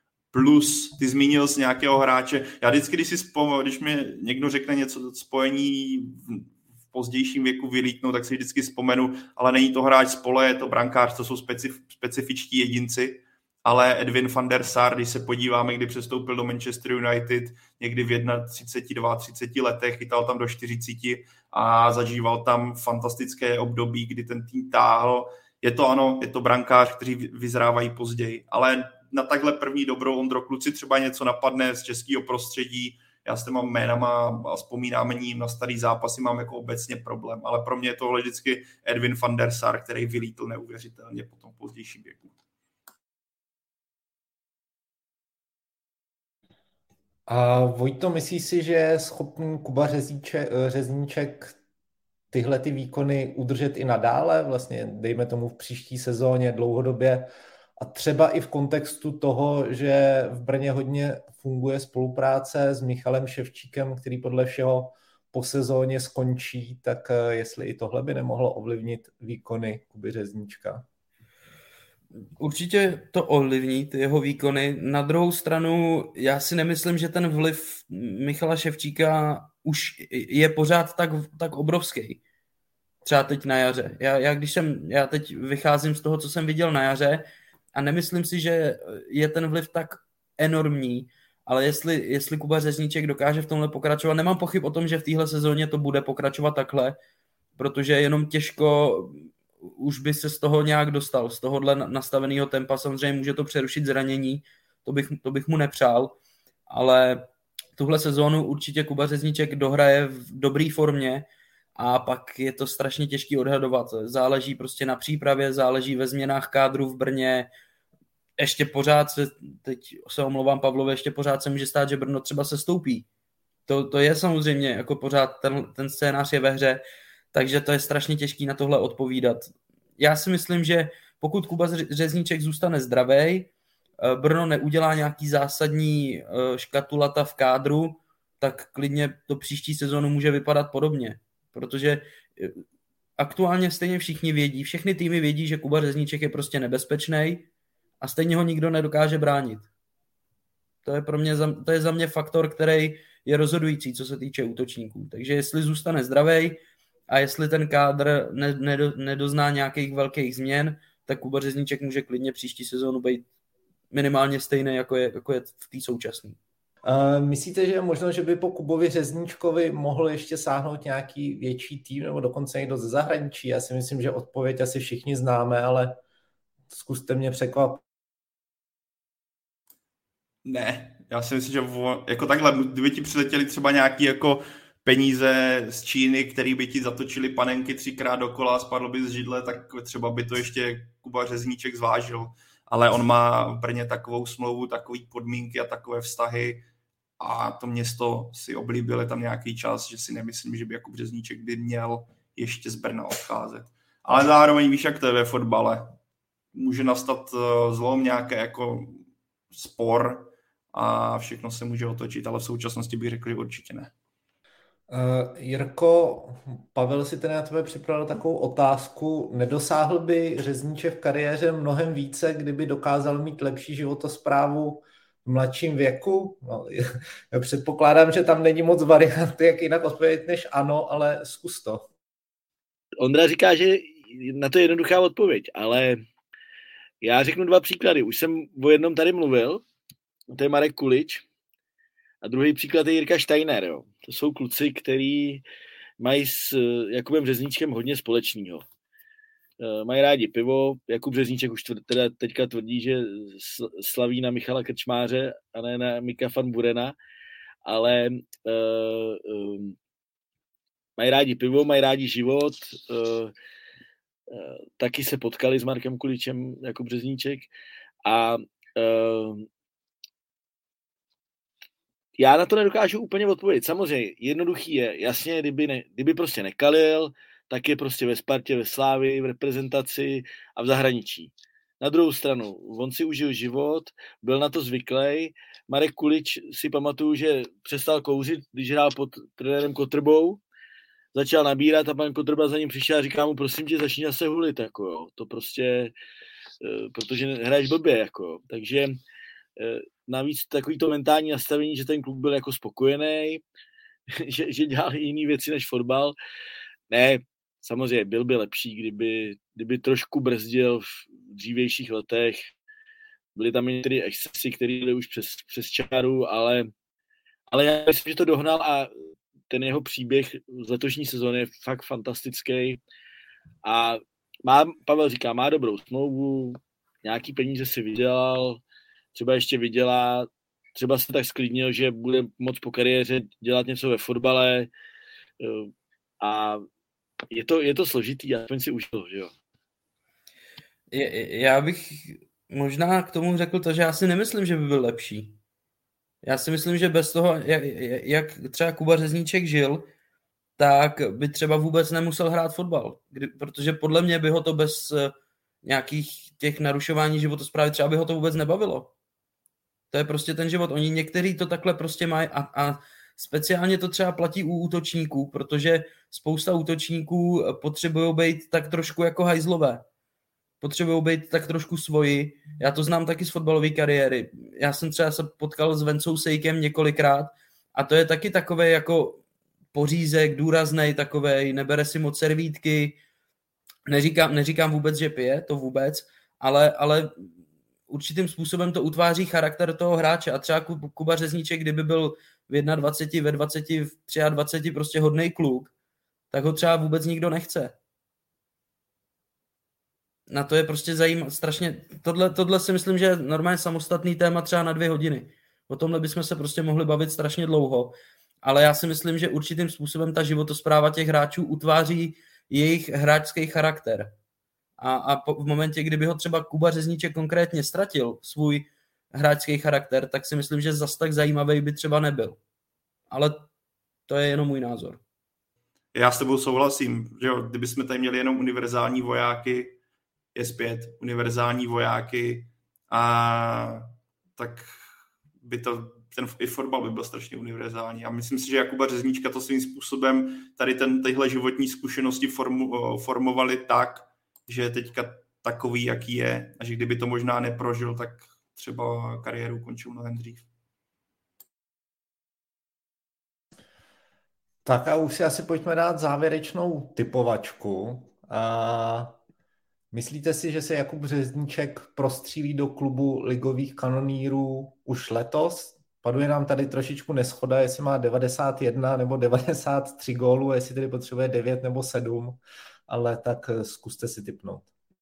Plus, ty zmínil jsi nějakého hráče. Já vždycky, když, si spom- když mi někdo řekne něco spojení v pozdějším věku vylítnou, tak si vždycky vzpomenu, ale není to hráč z pole, je to brankář, to jsou specif- specifičtí jedinci. Ale Edwin van der Sar, když se podíváme, kdy přestoupil do Manchester United, někdy v třiceti jedné, dvaceti dvou letech, chytal tam do čtyřiceti a zažíval tam fantastické období, kdy ten tým táhl. Je to ano, je to brankář, kteří vyzrávají později, ale na takhle první dobrou, Ondro, kluci třeba něco napadne z českého prostředí, já s těma jménama a vzpomínáním na starý zápasy mám jako obecně problém, ale pro mě je tohle vždycky Edwin van der Sar, který vylítl neuvěřitelně po tom pozdějším věku. A Vojto, myslíš si, že je schopný Kuba Řezíček, Řezníček tyhle ty výkony udržet i nadále, vlastně dejme tomu v příští sezóně dlouhodobě a třeba i v kontextu toho, že v Brně hodně funguje spolupráce s Michalem Ševčíkem, který podle všeho po sezóně skončí, tak jestli i tohle by nemohlo ovlivnit výkony Kuby Řezníčka? určitě to ovlivní, ty jeho výkony. Na druhou stranu, já si nemyslím, že ten vliv Michala Ševčíka už je pořád tak, tak obrovský. Třeba teď na jaře. Já, já, když jsem, já teď vycházím z toho, co jsem viděl na jaře a nemyslím si, že je ten vliv tak enormní, ale jestli, jestli Kuba Řezníček dokáže v tomhle pokračovat, nemám pochyb o tom, že v téhle sezóně to bude pokračovat takhle, protože jenom těžko už by se z toho nějak dostal, z tohohle nastaveného tempa. Samozřejmě může to přerušit zranění, to bych, to bych mu nepřál, ale tuhle sezónu určitě Kuba Řezníček dohraje v dobré formě a pak je to strašně těžký odhadovat. Záleží prostě na přípravě, záleží ve změnách kádru v Brně. Ještě pořád se, teď se omlouvám Pavlovi, ještě pořád se může stát, že Brno třeba se stoupí. To, to je samozřejmě, jako pořád ten, ten scénář je ve hře, takže to je strašně těžký na tohle odpovídat. Já si myslím, že pokud Kuba Řezníček zůstane zdravej, Brno neudělá nějaký zásadní škatulata v kádru, tak klidně do příští sezónu může vypadat podobně. Protože aktuálně stejně všichni vědí, všechny týmy vědí, že Kuba Řezníček je prostě nebezpečný a stejně ho nikdo nedokáže bránit. To je pro mě, to je za mě faktor, který je rozhodující, co se týče útočníků. Takže jestli zůstane zdravej a jestli ten kádr nedozná nějakých velkých změn, tak Kuba Řezníček může klidně příští sezónu být minimálně stejný, jako je, jako je v té současné. Uh, myslíte, že je možno, že by po Kubovi Řezníčkovi mohl ještě sáhnout nějaký větší tým nebo dokonce někdo ze zahraničí? Já si myslím, že odpověď asi všichni známe, ale zkuste mě překvapit. Ne, já si myslím, že jako takhle, kdyby ti přiletěli třeba nějaký jako peníze z Číny, který by ti zatočili panenky třikrát dokola a spadlo by z židle, tak třeba by to ještě Kuba Řezníček zvážil. Ale on má v Brně takovou smlouvu, takové podmínky a takové vztahy a to město si oblíbilo tam nějaký čas, že si nemyslím, že by Jakub Řezníček by měl ještě z Brna odcházet. Ale zároveň víš, jak to je ve fotbale. Může nastat zlom, nějaký jako spor a všechno se může otočit, ale v současnosti bych řekl, že určitě ne. Uh, Jirko, Pavel si ten na tebe připravil takovou otázku. Nedosáhl by Řezníček v kariéře mnohem více, kdyby dokázal mít lepší životosprávu v mladším věku? No, já předpokládám, že tam není moc varianty, jak jinak odpovědět než ano, ale zkus to. Ondra říká, že na to je jednoduchá odpověď, ale já řeknu dva příklady. Už jsem o jednom tady mluvil, to je Marek Kulič, a druhý příklad je Jirka Steiner. Jo. To jsou kluci, kteří mají s Jakubem Řezníčkem hodně společného. Mají rádi pivo. Jakub Řezníček už tvr, teda teďka tvrdí, že slaví na Michala Krčmáře a ne na Mika van Burena, ale uh, um, mají rádi pivo, mají rádi život. Uh, uh, taky se potkali s Markem Kuličem Jakub Řezníček a uh, já na to nedokážu úplně odpovědět. Samozřejmě, jednoduchý je, jasně, kdyby, ne, kdyby prostě nekalil, tak je prostě ve Spartě, ve Slávii, v reprezentaci a v zahraničí. Na druhou stranu, on si užil život, byl na to zvyklý. Marek Kulič si pamatuju, že přestal kouřit, když hrál pod trenérem Kotrbou, začal nabírat a pan Kotrba za ním přišel a říká mu, prosím tě, začni se hulit, jako jo. To prostě, protože hraješ blbě, jako. Takže navíc takový to mentální nastavení, že ten klub byl jako spokojený, že, že dělal jiné věci než fotbal. Ne, samozřejmě byl by lepší, kdyby, kdyby trošku brzdil v dřívějších letech. Byly tam některé excesy, které byly už přes, přes čáru, ale, ale já myslím, že to dohnal a ten jeho příběh z letošní sezóny je fakt fantastický. A má, Pavel říká, má dobrou smlouvu, nějaký peníze si vydělal, třeba ještě vydělá, třeba se tak sklidnil, že bude moct po kariéře dělat něco ve fotbale a je to, je to složitý, aspoň si užil, že jo. Já bych možná k tomu řekl to, že já si nemyslím, že by byl lepší. Já si myslím, že bez toho, jak, jak třeba Kuba Řezníček žil, tak by třeba vůbec nemusel hrát fotbal, kdy, protože podle mě by ho to bez nějakých těch narušování životosprávy třeba by ho to vůbec nebavilo. To je prostě ten život. Oni někteří to takhle prostě mají a, a speciálně to třeba platí u útočníků, protože spousta útočníků potřebují být tak trošku jako hajzlové. potřebují být tak trošku svoji. Já to znám taky z fotbalové kariéry. Já jsem třeba se potkal s Vencou Sejkem několikrát a to je taky takovej jako pořízek, důraznej takovej, nebere si moc servítky, neříkám, neříkám vůbec, že pije, to vůbec, ale, ale určitým způsobem to utváří charakter toho hráče a třeba Kuba Řezníček, kdyby byl v dvaceti jedna, ve dvaceti, v dvaceti tři prostě hodnej kluk, tak ho třeba vůbec nikdo nechce. Na to je prostě zajímavé, strašně, tohle, tohle si myslím, že je normálně samostatný téma třeba na dvě hodiny. O tomhle bychom se prostě mohli bavit strašně dlouho, ale já si myslím, že určitým způsobem ta životospráva těch hráčů utváří jejich hráčský charakter. A, a po, v momentě, kdyby ho třeba Kuba Řezníček konkrétně ztratil svůj hráčský charakter, tak si myslím, že zas tak zajímavý by třeba nebyl. Ale to je jenom můj názor. Já s tebou souhlasím, že jo, kdybychom tady měli jenom univerzální vojáky, je zpět univerzální vojáky a tak by to, ten i fotbal by byl strašně univerzální. A myslím si, že Jakuba Řezníčka to svým způsobem tady ten, tyhle životní zkušenosti formu, formovali tak, že je teďka takový, jaký je a že kdyby to možná neprožil, tak třeba kariéru končil mnohem dřív. Tak a už si asi pojďme dát závěrečnou typovačku. A myslíte si, že se Jakub Řezníček prostřílí do klubu ligových kanonýrů už letos? Paduje nám tady trošičku neschoda, jestli má devadesát jedna nebo devadesát tři gólů, jestli tedy potřebuje devět nebo sedm, ale tak zkuste si tipnout.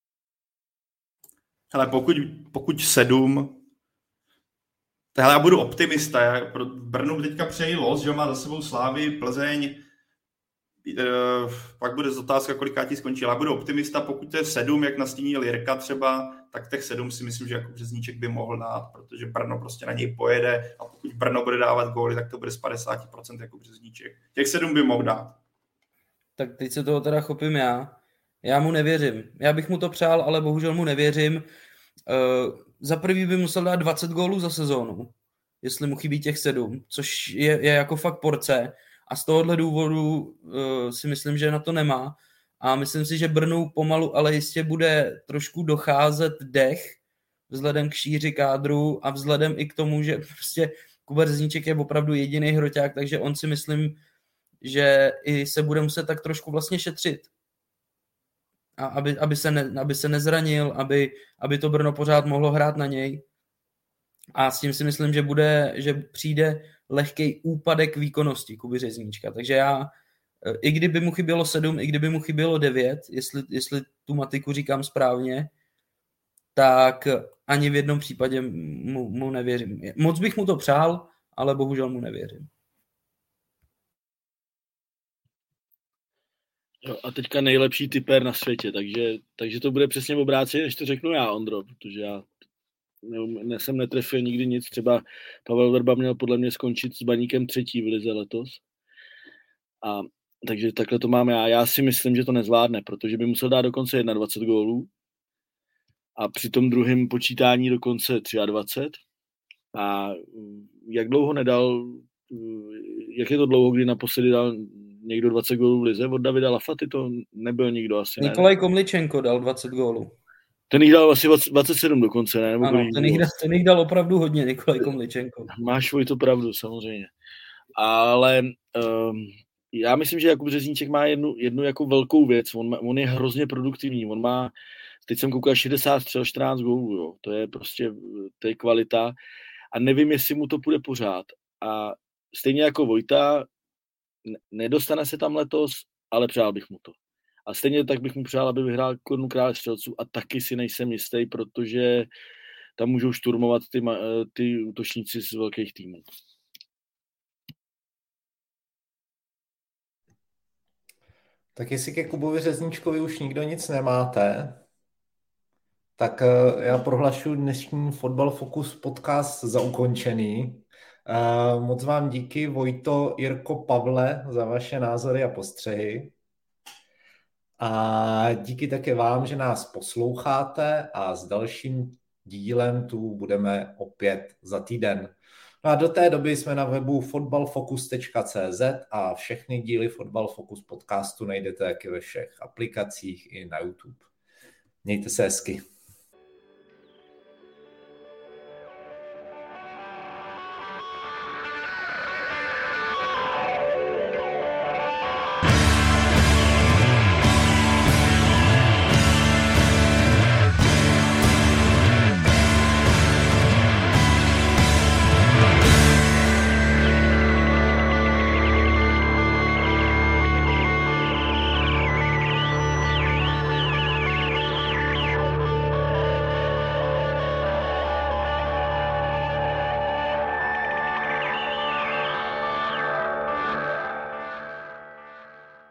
Hele, pokud, pokud sedm, hele, já budu optimista. Já pro Brnu teďka přeji los, že má za sebou Slávy, Plzeň, pak bude otázka, koliká ti skončí. Já budu optimista, pokud to je sedm, jak nastínil Jirka třeba, tak těch sedm si myslím, že jako Řezníček by mohl dát, protože Brno prostě na něj pojede a pokud Brno bude dávat góly, tak to bude z padesát procent jako Řezníček. Těch sedm by mohl dát. Tak teď se toho teda chopím já. Já mu nevěřím. Já bych mu to přál, ale bohužel mu nevěřím. Uh, za prvý by musel dát dvacet gólů za sezónu, jestli mu chybí těch sedm, což je, je jako fakt porce. A z tohohle důvodu uh, si myslím, že na to nemá. A myslím si, že Brnu pomalu, ale jistě bude trošku docházet dech vzhledem k šíři kádru a vzhledem i k tomu, že prostě Kuba Řezníček je opravdu jediný hroťák, takže on si myslím, že i se bude muset tak trošku vlastně šetřit. A aby, aby, se, ne, aby se nezranil, aby, aby to Brno pořád mohlo hrát na něj. A s tím si myslím, že bude, že přijde lehký úpadek výkonnosti Kuby Řezníčka. Takže já, i kdyby mu chybělo sedm, i kdyby mu chybělo devět, jestli, jestli tu matiku říkám správně, tak ani v jednom případě mu, mu nevěřím. Moc bych mu to přál, ale bohužel mu nevěřím. Jo, a teďka nejlepší typer na světě, takže, takže to bude přesně obráceně, než to řeknu já, Ondro, protože já ne, jsem netrefil nikdy nic. Třeba Pavel Vrba měl podle mě skončit s Baníkem třetí v lize letos. A takže takhle to mám já. Já si myslím, že to nezvládne, protože by musel dát dokonce dvacet jedna gólů a při tom druhém počítání dokonce dvacet tři. A jak dlouho nedal, jak je to dlouho, kdy naposledy dal někdo dvacet gólů v lize? Od Davida Lafaty to nebyl nikdo asi. Nikolaj Komličenko dal dvacet gólů. Ten jich dal asi dvacet sedm dokonce, ne? Nebo ano, ten jich, dal, ten jich dal opravdu hodně, Nikolaj Komličenko. Máš svůj to pravdu, samozřejmě. Ale um, já myslím, že Jakub Řezníček má jednu, jednu jako velkou věc. On, má, on je hrozně produktivní. On má, teď jsem koukal, šedesát tři čtrnáct gólů. Jo. To je prostě, to je kvalita. A nevím, jestli mu to půjde pořád. A stejně jako Vojta, nedostane se tam letos, ale přál bych mu to. A stejně tak bych mu přál, aby vyhrál korunu krále střelců a taky si nejsem jistý, protože tam můžou šturmovat ty, ty útočníci z velkých týmů. Tak jestli ke Kubovi Řezníčkovi už nikdo nic nemáte, tak já prohlašuji dnešní Fotbal Focus podcast za ukončený. Moc vám díky, Vojto, Jirko, Pavle, za vaše názory a postřehy. A díky také vám, že nás posloucháte a s dalším dílem tu budeme opět za týden. No a do té doby jsme na webu fotbalfocus tečka cé zet a všechny díly Fotbal Focus podcastu najdete taky ve všech aplikacích i na YouTube. Mějte se hezky.